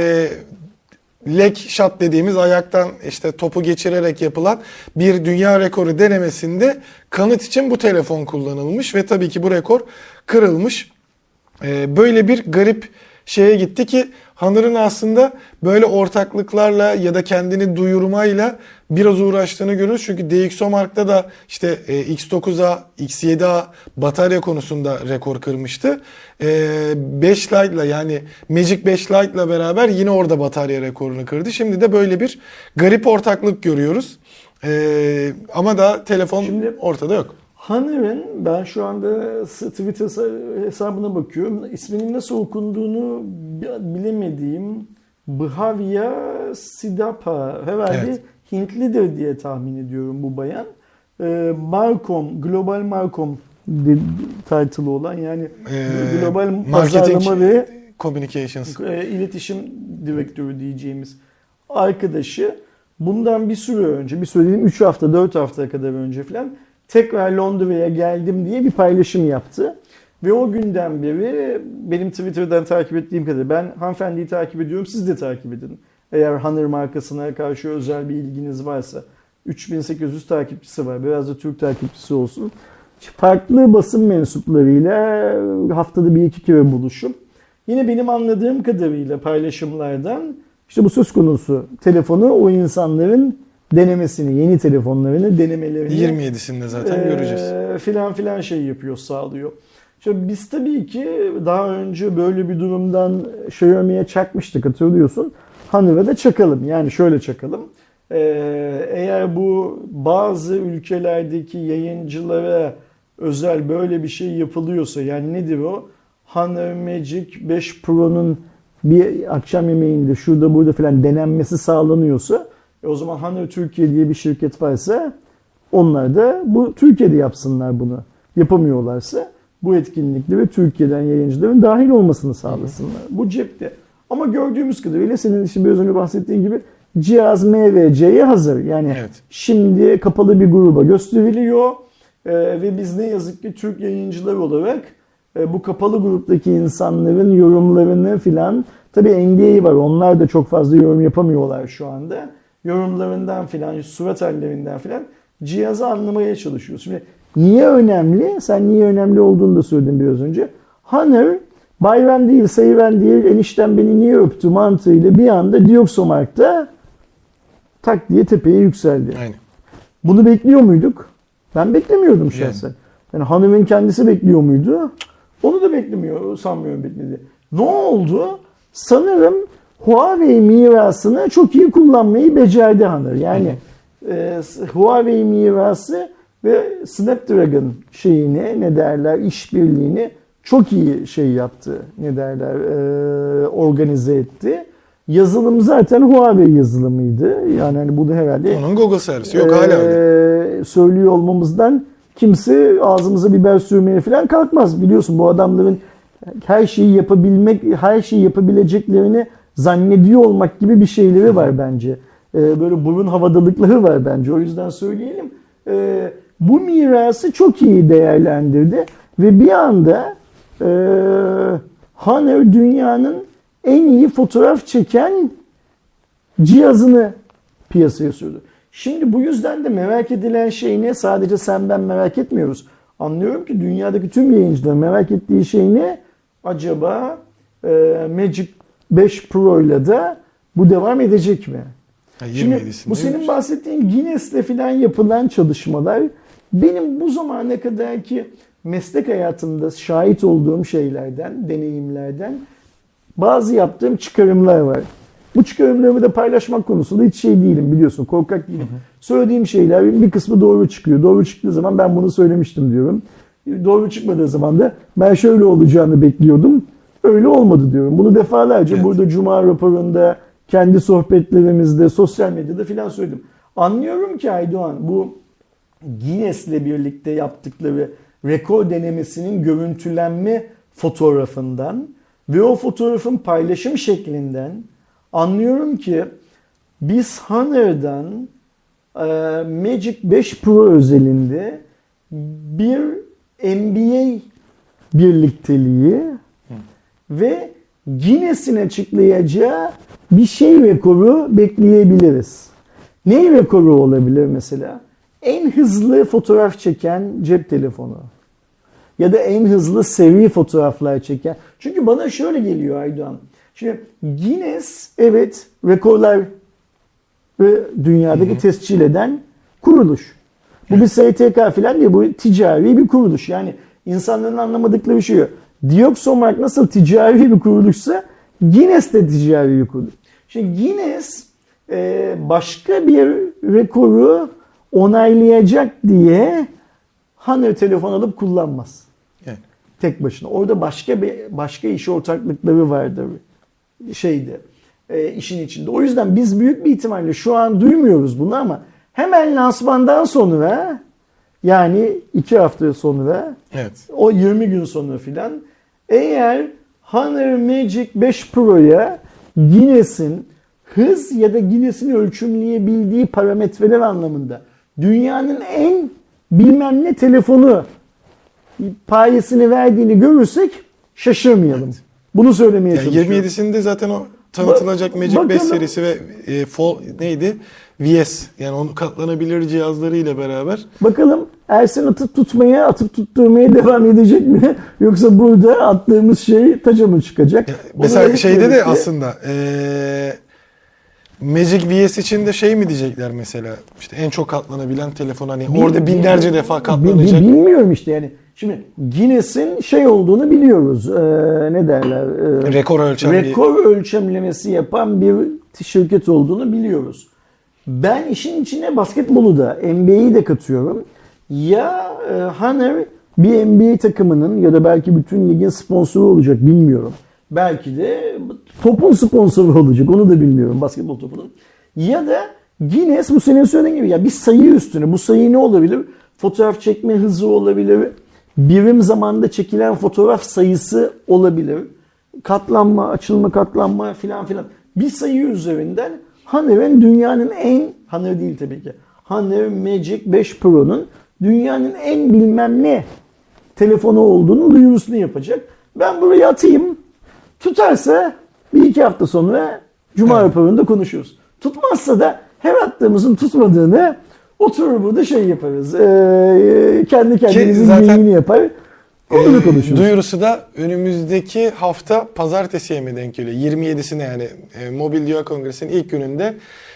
leg shot dediğimiz ayaktan işte topu geçirerek yapılan bir dünya rekoru denemesinde kanıt için bu telefon kullanılmış ve tabii ki bu rekor kırılmış. Böyle bir garip şeye gitti ki Honor'ın aslında böyle ortaklıklarla ya da kendini duyurmayla biraz uğraştığını görüyoruz. Çünkü DxOMark'ta da işte X9A, X7A batarya konusunda rekor kırmıştı. 5 Lite'la yani Magic 5 Lite'la beraber yine orada batarya rekorunu kırdı. Şimdi de böyle bir garip ortaklık görüyoruz. Ama da telefon
Şimdi
ortada yok.
Honor'ın ben şu anda Twitter hesabına bakıyorum. İsminin nasıl okunduğunu bilemediğim Bhavya Sidapa herhalde
Evet.
Hintlidir diye tahmin ediyorum bu bayan. Marcom, Global Marcom title'ı olan yani global pazarlama ve
Communications.
iletişim direktörü diyeceğimiz arkadaşı bundan bir süre önce, bir süre dedim 3 hafta 4 hafta kadar önce falan tekrar Londra'ya geldim diye bir paylaşım yaptı. Ve o günden beri benim Twitter'dan takip ettiğim kadar ben hanımefendiyi takip ediyorum, siz de takip edin. Eğer Honor markasına karşı özel bir ilginiz varsa 3800 takipçisi var, biraz da Türk takipçisi olsun. Farklı basın mensuplarıyla haftada bir iki kere buluşup yine benim anladığım kadarıyla paylaşımlardan işte bu söz konusu telefonu o insanların denemesini, yeni telefonlarını denemelerini
27'sinde zaten göreceğiz.
Filan şey yapıyor, sağlıyor. Şimdi biz tabii ki daha önce böyle bir durumdan Xiaomi'ye çakmıştık, hatırlıyorsun. Honor'a da çakalım. Yani şöyle çakalım. Eğer bu bazı ülkelerdeki yayıncılara özel böyle bir şey yapılıyorsa, yani nedir o? Honor Magic 5 Pro'nun bir akşam yemeğinde şurada burada falan denenmesi sağlanıyorsa o zaman Honor Türkiye diye bir şirket varsa onlar da bu Türkiye'de yapsınlar bunu. Yapamıyorlarsa bu etkinlikte ve Türkiye'den yayıncıların dahil olmasını sağlasınlar. Bu cepte. Ama gördüğümüz kadarıyla senin işte biraz önce bahsettiğin gibi cihaz MVC'ye hazır. Yani
Evet.
Şimdi kapalı bir gruba gösteriliyor ve biz ne yazık ki Türk yayıncılar olarak bu kapalı gruptaki insanların yorumlarını filan, tabii NDA var, onlar da çok fazla yorum yapamıyorlar şu anda. Yorumlarından filan, surat hallerinden filan cihazı anlamaya çalışıyoruz. Şimdi niye önemli? Sen niye önemli olduğunu da söyledin biraz önce. Honor bayram değil, sayıran değil, enişten beni niye öptü mantığıyla bir anda DxOMark'ta tak diye tepeye yükseldi.
Aynen.
Bunu bekliyor muyduk? Ben beklemiyordum şahsen. Yani Honor'ın kendisi bekliyor muydu? Onu da beklemiyor, sanmıyorum bekledi. Ne oldu? Sanırım Huawei mirasını çok iyi kullanmayı becerdi Honor. Yani Huawei mirası ve Snapdragon şeyini, ne derler, işbirliğini çok iyi şey yaptı. Ne derler, organize etti. Yazılım zaten Huawei yazılımıydı. Yani hani bunu herhalde
Onun Google servisi yok hala öyle.
Söylüyor olmamızdan kimse ağzımıza biber sürmeye falan kalkmaz. Biliyorsun bu adamların her şeyi yapabilmek, her şeyi yapabileceklerini zannediyor olmak gibi bir şeyleri var bence. Böyle burun havadalıkları var bence. O yüzden söyleyelim. Bu mirası çok iyi değerlendirdi ve bir anda Honor dünyanın en iyi fotoğraf çeken cihazını piyasaya sürdü. Şimdi bu yüzden de merak edilen şey ne? Sadece sen ben merak etmiyoruz. Anlıyorum ki dünyadaki tüm yayıncıların merak ettiği şey ne? Acaba Magic 5 Pro ile de bu devam edecek mi? Şimdi bu senin bahsettiğin Guinness'le falan yapılan çalışmalar benim bu zamana kadarki meslek hayatımda şahit olduğum şeylerden, deneyimlerden bazı yaptığım çıkarımlar var. Bu çıkarımlarımı da paylaşmak konusunda hiç şey değilim, biliyorsun, korkak değilim. Söylediğim şeyler bir kısmı doğru çıkıyor. Doğru çıktığı zaman ben bunu söylemiştim diyorum. Doğru çıkmadığı zaman da ben şöyle olacağını bekliyordum. Öyle olmadı diyorum. Bunu defalarca burada Cuma raporunda, kendi sohbetlerimizde, sosyal medyada filan söyledim. Anlıyorum ki Aydoğan bu Guinness'le birlikte yaptıkları rekor denemesinin görüntülenme fotoğrafından ve o fotoğrafın paylaşım şeklinden anlıyorum ki biz Honor'dan Magic 5 Pro özelinde bir NBA birlikteliği ve Guinness'in açıklayacağı bir şey rekoru bekleyebiliriz. Ne rekoru olabilir mesela? En hızlı fotoğraf çeken cep telefonu. ya da en hızlı seri fotoğraflar çeken. Çünkü bana şöyle geliyor Aydoğan. Şimdi Guinness evet rekorlar ve dünyadaki tescil eden kuruluş. Bu bir STK falan değil, bu ticari bir kuruluş. Yani insanların anlamadıkları bir şey yok. Dioxomark nasıl ticari bir kuruluşsa Guinness de ticari bir kuruluş. Şimdi Guinness başka bir rekoru onaylayacak diye Honor telefon alıp kullanmaz.
Evet.
Tek başına. Orada başka iş ortaklıkları vardır işin içinde. O yüzden biz büyük bir ihtimalle şu an duymuyoruz bunu ama hemen lansmandan sonra yani 2 hafta sonra
Evet.
o 20 gün sonra filan eğer Honor Magic 5 Pro'ya Guinness'in hız ya da Guinness'in ölçümleyebildiği parametreler anlamında dünyanın en bilmem ne telefonu payesini verdiğini görürsek şaşırmayalım. Evet. Bunu söylemeye çalışıyorum.
27'sinde zaten o tanıtılacak Magic 5 serisi ve neydi? VS yani onun katlanabilir cihazlarıyla beraber.
Bakalım Ersin atıp tutturmaya devam edecek mi? Yoksa burada attığımız şey taca mı çıkacak?
Mesela şeyde de aslında Magic VS için de şey mi diyecekler mesela? İşte en çok katlanabilen telefon hani orada binlerce defa katlanacak.
Bilmiyorum işte yani. Şimdi Guinness'in olduğunu biliyoruz. Ne derler? Rekor ölçümlemesi yapan bir şirket olduğunu biliyoruz. Ben işin içine basketbolu da, NBA'yi de katıyorum. Ya Honor bir NBA takımının ya da belki bütün ligin sponsoru olacak bilmiyorum. Belki de topun sponsoru olacak onu da bilmiyorum basketbol topunun. Ya da Guinness bu senin söylediğin gibi ya bir sayı üstüne bu sayı ne olabilir? Fotoğraf çekme hızı olabilir. Birim zamanda çekilen fotoğraf sayısı olabilir. Katlanma, açılma, katlanma filan filan. Bir sayı üzerinden Honor'ın dünyanın Honor değil tabii ki. Honor Magic 5 Pro'nun dünyanın en bilmem ne telefonu olduğunu duyurusunu yapacak. Ben buraya atayım. Tutarsa 1-2 hafta sonra Cuma raporunda konuşuruz. Tutmazsa da her attığımızın tutmadığını oturur burada yaparız. Kendi kendimizin yayını yapar. Onu da konuşuruz.
Duyurusu da önümüzdeki hafta pazartesiye mi denk geliyor? 27'sine yani Mobil Dünya Kongresi'nin ilk gününde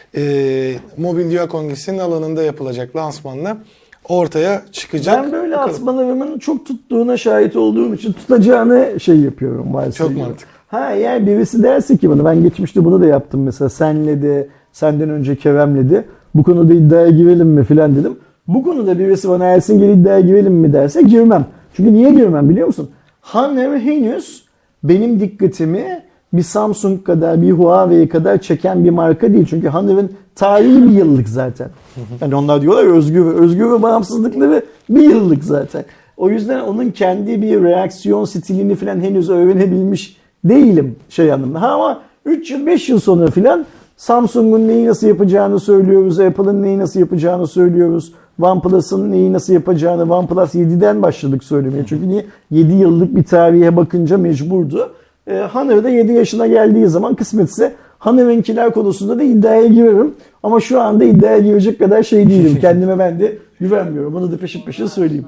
Mobil Dünya Kongresi'nin alanında yapılacak lansmanla ortaya çıkacak.
Ben böyle atmalarımın çok tuttuğuna şahit olduğum için tutacağını yapıyorum.
Çok mantıklı.
Eğer birisi derse ki bana ben geçmişte bunu da yaptım mesela senle de senden önce Kerem'le de bu konuda iddiaya girelim mi filan dedim. Bu konuda birisi bana Ersin gel iddiaya girelim mi derse girmem. Çünkü niye girmem biliyor musun? Honor henüz benim dikkatimi bir Samsung kadar bir Huawei kadar çeken bir marka değil. Çünkü Honor'ın tarihi bir yıllık zaten. Yani onlar diyorlar özgür ve bağımsızlıkları bir yıllık zaten. O yüzden onun kendi bir reaksiyon stilini falan henüz öğrenebilmiş değilim anlamda. Ama 3 yıl 5 yıl sonra falan Samsung'un neyi nasıl yapacağını söylüyoruz. Apple'ın neyi nasıl yapacağını söylüyoruz. OnePlus'ın neyi nasıl yapacağını OnePlus 7'den başladık söylemeye. Çünkü niye? 7 yıllık bir tarihe bakınca mecburdu. Honor da 7 yaşına geldiği zaman kısmetse Honor'ınkiler konusunda da iddiaya girerim. Ama şu anda iddiaya girecek kadar değilim. Kendime ben de güvenmiyorum. Bunu da peşin söyleyeyim.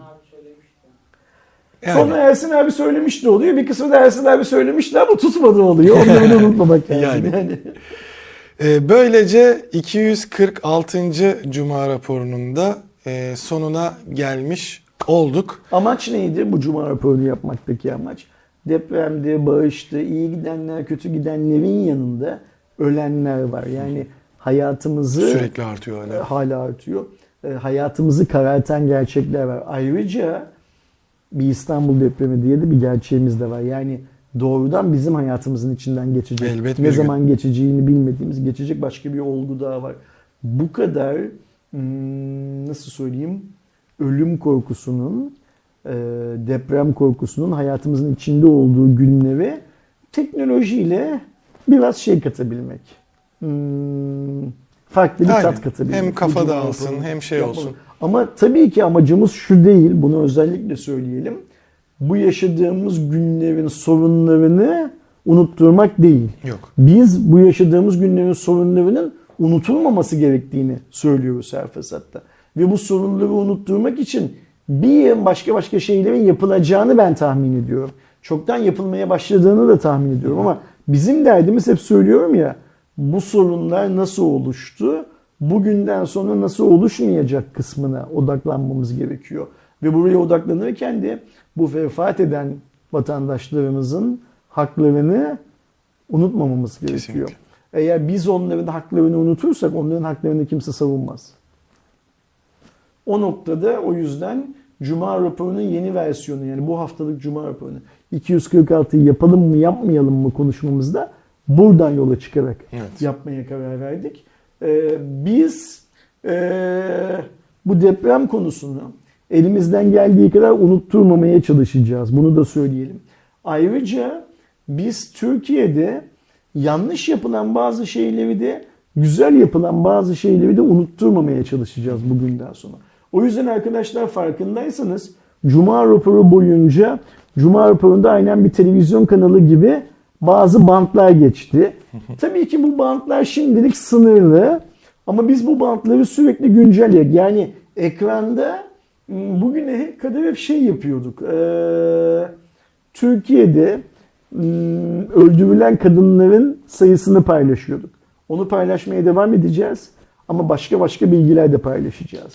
Yani. Sonra Ersin abi söylemiş de oluyor. Bir kısmı da Ersin abi söylemişti ama tutmadı oluyor. Onları unutmamak lazım. Yani.
Böylece 246. Cuma raporunun da sonuna gelmiş olduk.
Amaç neydi bu Cuma raporunu yapmaktaki amaç? Depremde, bağıştı, iyi gidenler, kötü gidenlerin yanında ölenler var. Yani hayatımızı...
Sürekli artıyor hala.
Hala artıyor. Hayatımızı karartan gerçekler var. Ayrıca bir İstanbul depremi diye de bir gerçeğimiz de var. Yani doğrudan bizim hayatımızın içinden geçecek.
Elbet
ne zaman geçeceğini bilmediğimiz geçecek başka bir olgu daha var. Bu kadar nasıl söyleyeyim ölüm korkusunun deprem korkusunun hayatımızın içinde olduğu günlere teknolojiyle biraz katabilmek. Farklı bir tat katabilmek.
Hem kafa dağılsın hem olsun.
Ama tabii ki amacımız şu değil. Bunu özellikle söyleyelim. Bu yaşadığımız günlerin sorunlarını unutturmak değil.
Yok.
Biz bu yaşadığımız günlerin sorunlarının unutulmaması gerektiğini söylüyoruz her fırsatta. Ve bu sorunları unutturmak için Bir başka şeylerin yapılacağını ben tahmin ediyorum. Çoktan yapılmaya başladığını da tahmin ediyorum ama bizim derdimiz, hep söylüyorum ya, bu sorunlar nasıl oluştu? Bugünden sonra nasıl oluşmayacak kısmına odaklanmamız gerekiyor. Ve buraya odaklanırken de bu vefat eden vatandaşlarımızın haklarını unutmamamız gerekiyor.
Kesinlikle.
Eğer biz onların haklarını unutursak onların haklarını kimse savunmaz. O noktada o yüzden Cuma raporunun yeni versiyonu, yani bu haftalık Cuma raporunu 246'yı yapalım mı yapmayalım mı konuşmamızda buradan yola çıkarak yapmaya karar verdik. Biz bu deprem konusunu elimizden geldiği kadar unutturmamaya çalışacağız. Bunu da söyleyelim. Ayrıca biz Türkiye'de yanlış yapılan bazı şeyleri de, güzel yapılan bazı şeyleri de unutturmamaya çalışacağız bugünden sonra. O yüzden arkadaşlar, farkındaysanız Cuma raporu boyunca, Cuma raporunda aynen bir televizyon kanalı gibi bazı bantlar geçti. Tabii ki bu bantlar şimdilik sınırlı ama biz bu bantları sürekli güncelledik. Yani ekranda bugüne kadar hep şey yapıyorduk. Türkiye'de öldürülen kadınların sayısını paylaşıyorduk. Onu paylaşmaya devam edeceğiz ama başka bilgiler de paylaşacağız.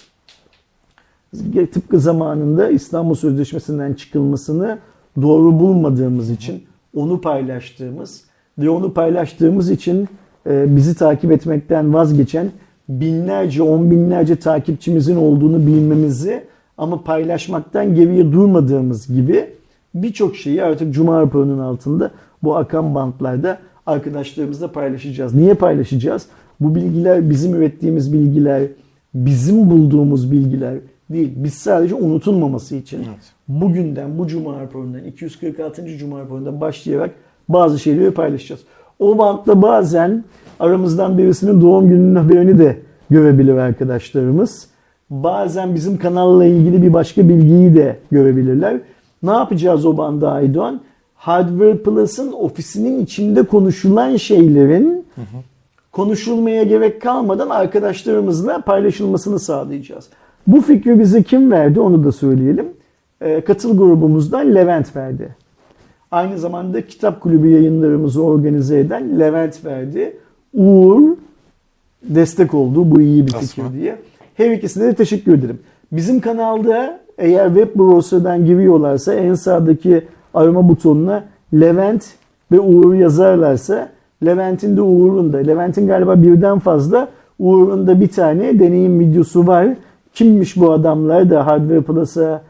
Tıpkı zamanında İstanbul Sözleşmesi'nden çıkılmasını doğru bulmadığımız için onu paylaştığımız ve onu paylaştığımız için bizi takip etmekten vazgeçen binlerce, on binlerce takipçimizin olduğunu bilmemizi ama paylaşmaktan geriye durmadığımız gibi birçok şeyi artık Cuma raporunun altında bu akan bantlarda arkadaşlarımızla paylaşacağız. Niye paylaşacağız? Bu bilgiler bizim ürettiğimiz bilgiler, bizim bulduğumuz bilgiler değil. Biz sadece unutulmaması için bugünden, bu Cuma raporundan, 246. Cuma raporundan başlayarak bazı şeyleri paylaşacağız. O bantta bazen aramızdan birisinin doğum gününün haberini de görebilir arkadaşlarımız. Bazen bizim kanalla ilgili bir başka bilgiyi de görebilirler. Ne yapacağız o banda Aydoğan? Hardware Plus'ın ofisinin içinde konuşulan şeylerin konuşulmaya gerek kalmadan arkadaşlarımızla paylaşılmasını sağlayacağız. Bu fikri bize kim verdi onu da söyleyelim. Katıl grubumuzdan Levent verdi. Aynı zamanda Kitap Kulübü yayınlarımızı organize eden Levent verdi. Uğur destek oldu, bu iyi bir fikir diye. Her ikisine de teşekkür ederim. Bizim kanalda eğer web browser'dan giriyorlarsa en sağdaki arama butonuna Levent ve Uğur yazarlarsa, Levent'in de Uğur'un da, Levent'in galiba birden fazla, Uğur'un da bir tane deneyim videosu var. Kimmiş bu adamlar da Hardware Plus'a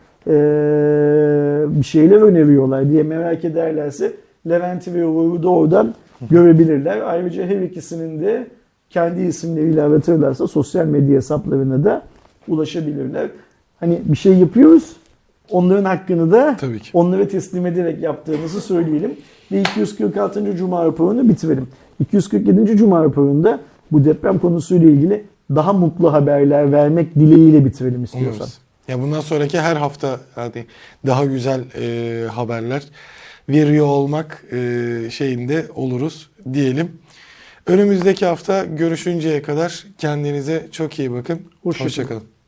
bir şeyler öneriyorlar diye merak ederlerse Levent'i ve Uğur'u da oradan görebilirler. Ayrıca her ikisinin de kendi isimleriyle aratırlarsa sosyal medya hesaplarına da ulaşabilirler. Hani bir şey yapıyoruz, onların hakkını da onlara teslim ederek yaptığımızı söyleyelim. Ve 246. Cuma raporunu bitirelim. 247. Cuma raporunda bu deprem konusuyla ilgili daha mutlu haberler vermek dileğiyle bitirelim istiyorsan.
Umarız. Ya bundan sonraki her hafta yani daha güzel haberler veriyor olmak şeyinde oluruz diyelim. Önümüzdeki hafta görüşünceye kadar kendinize çok iyi bakın. Hoşça kalın.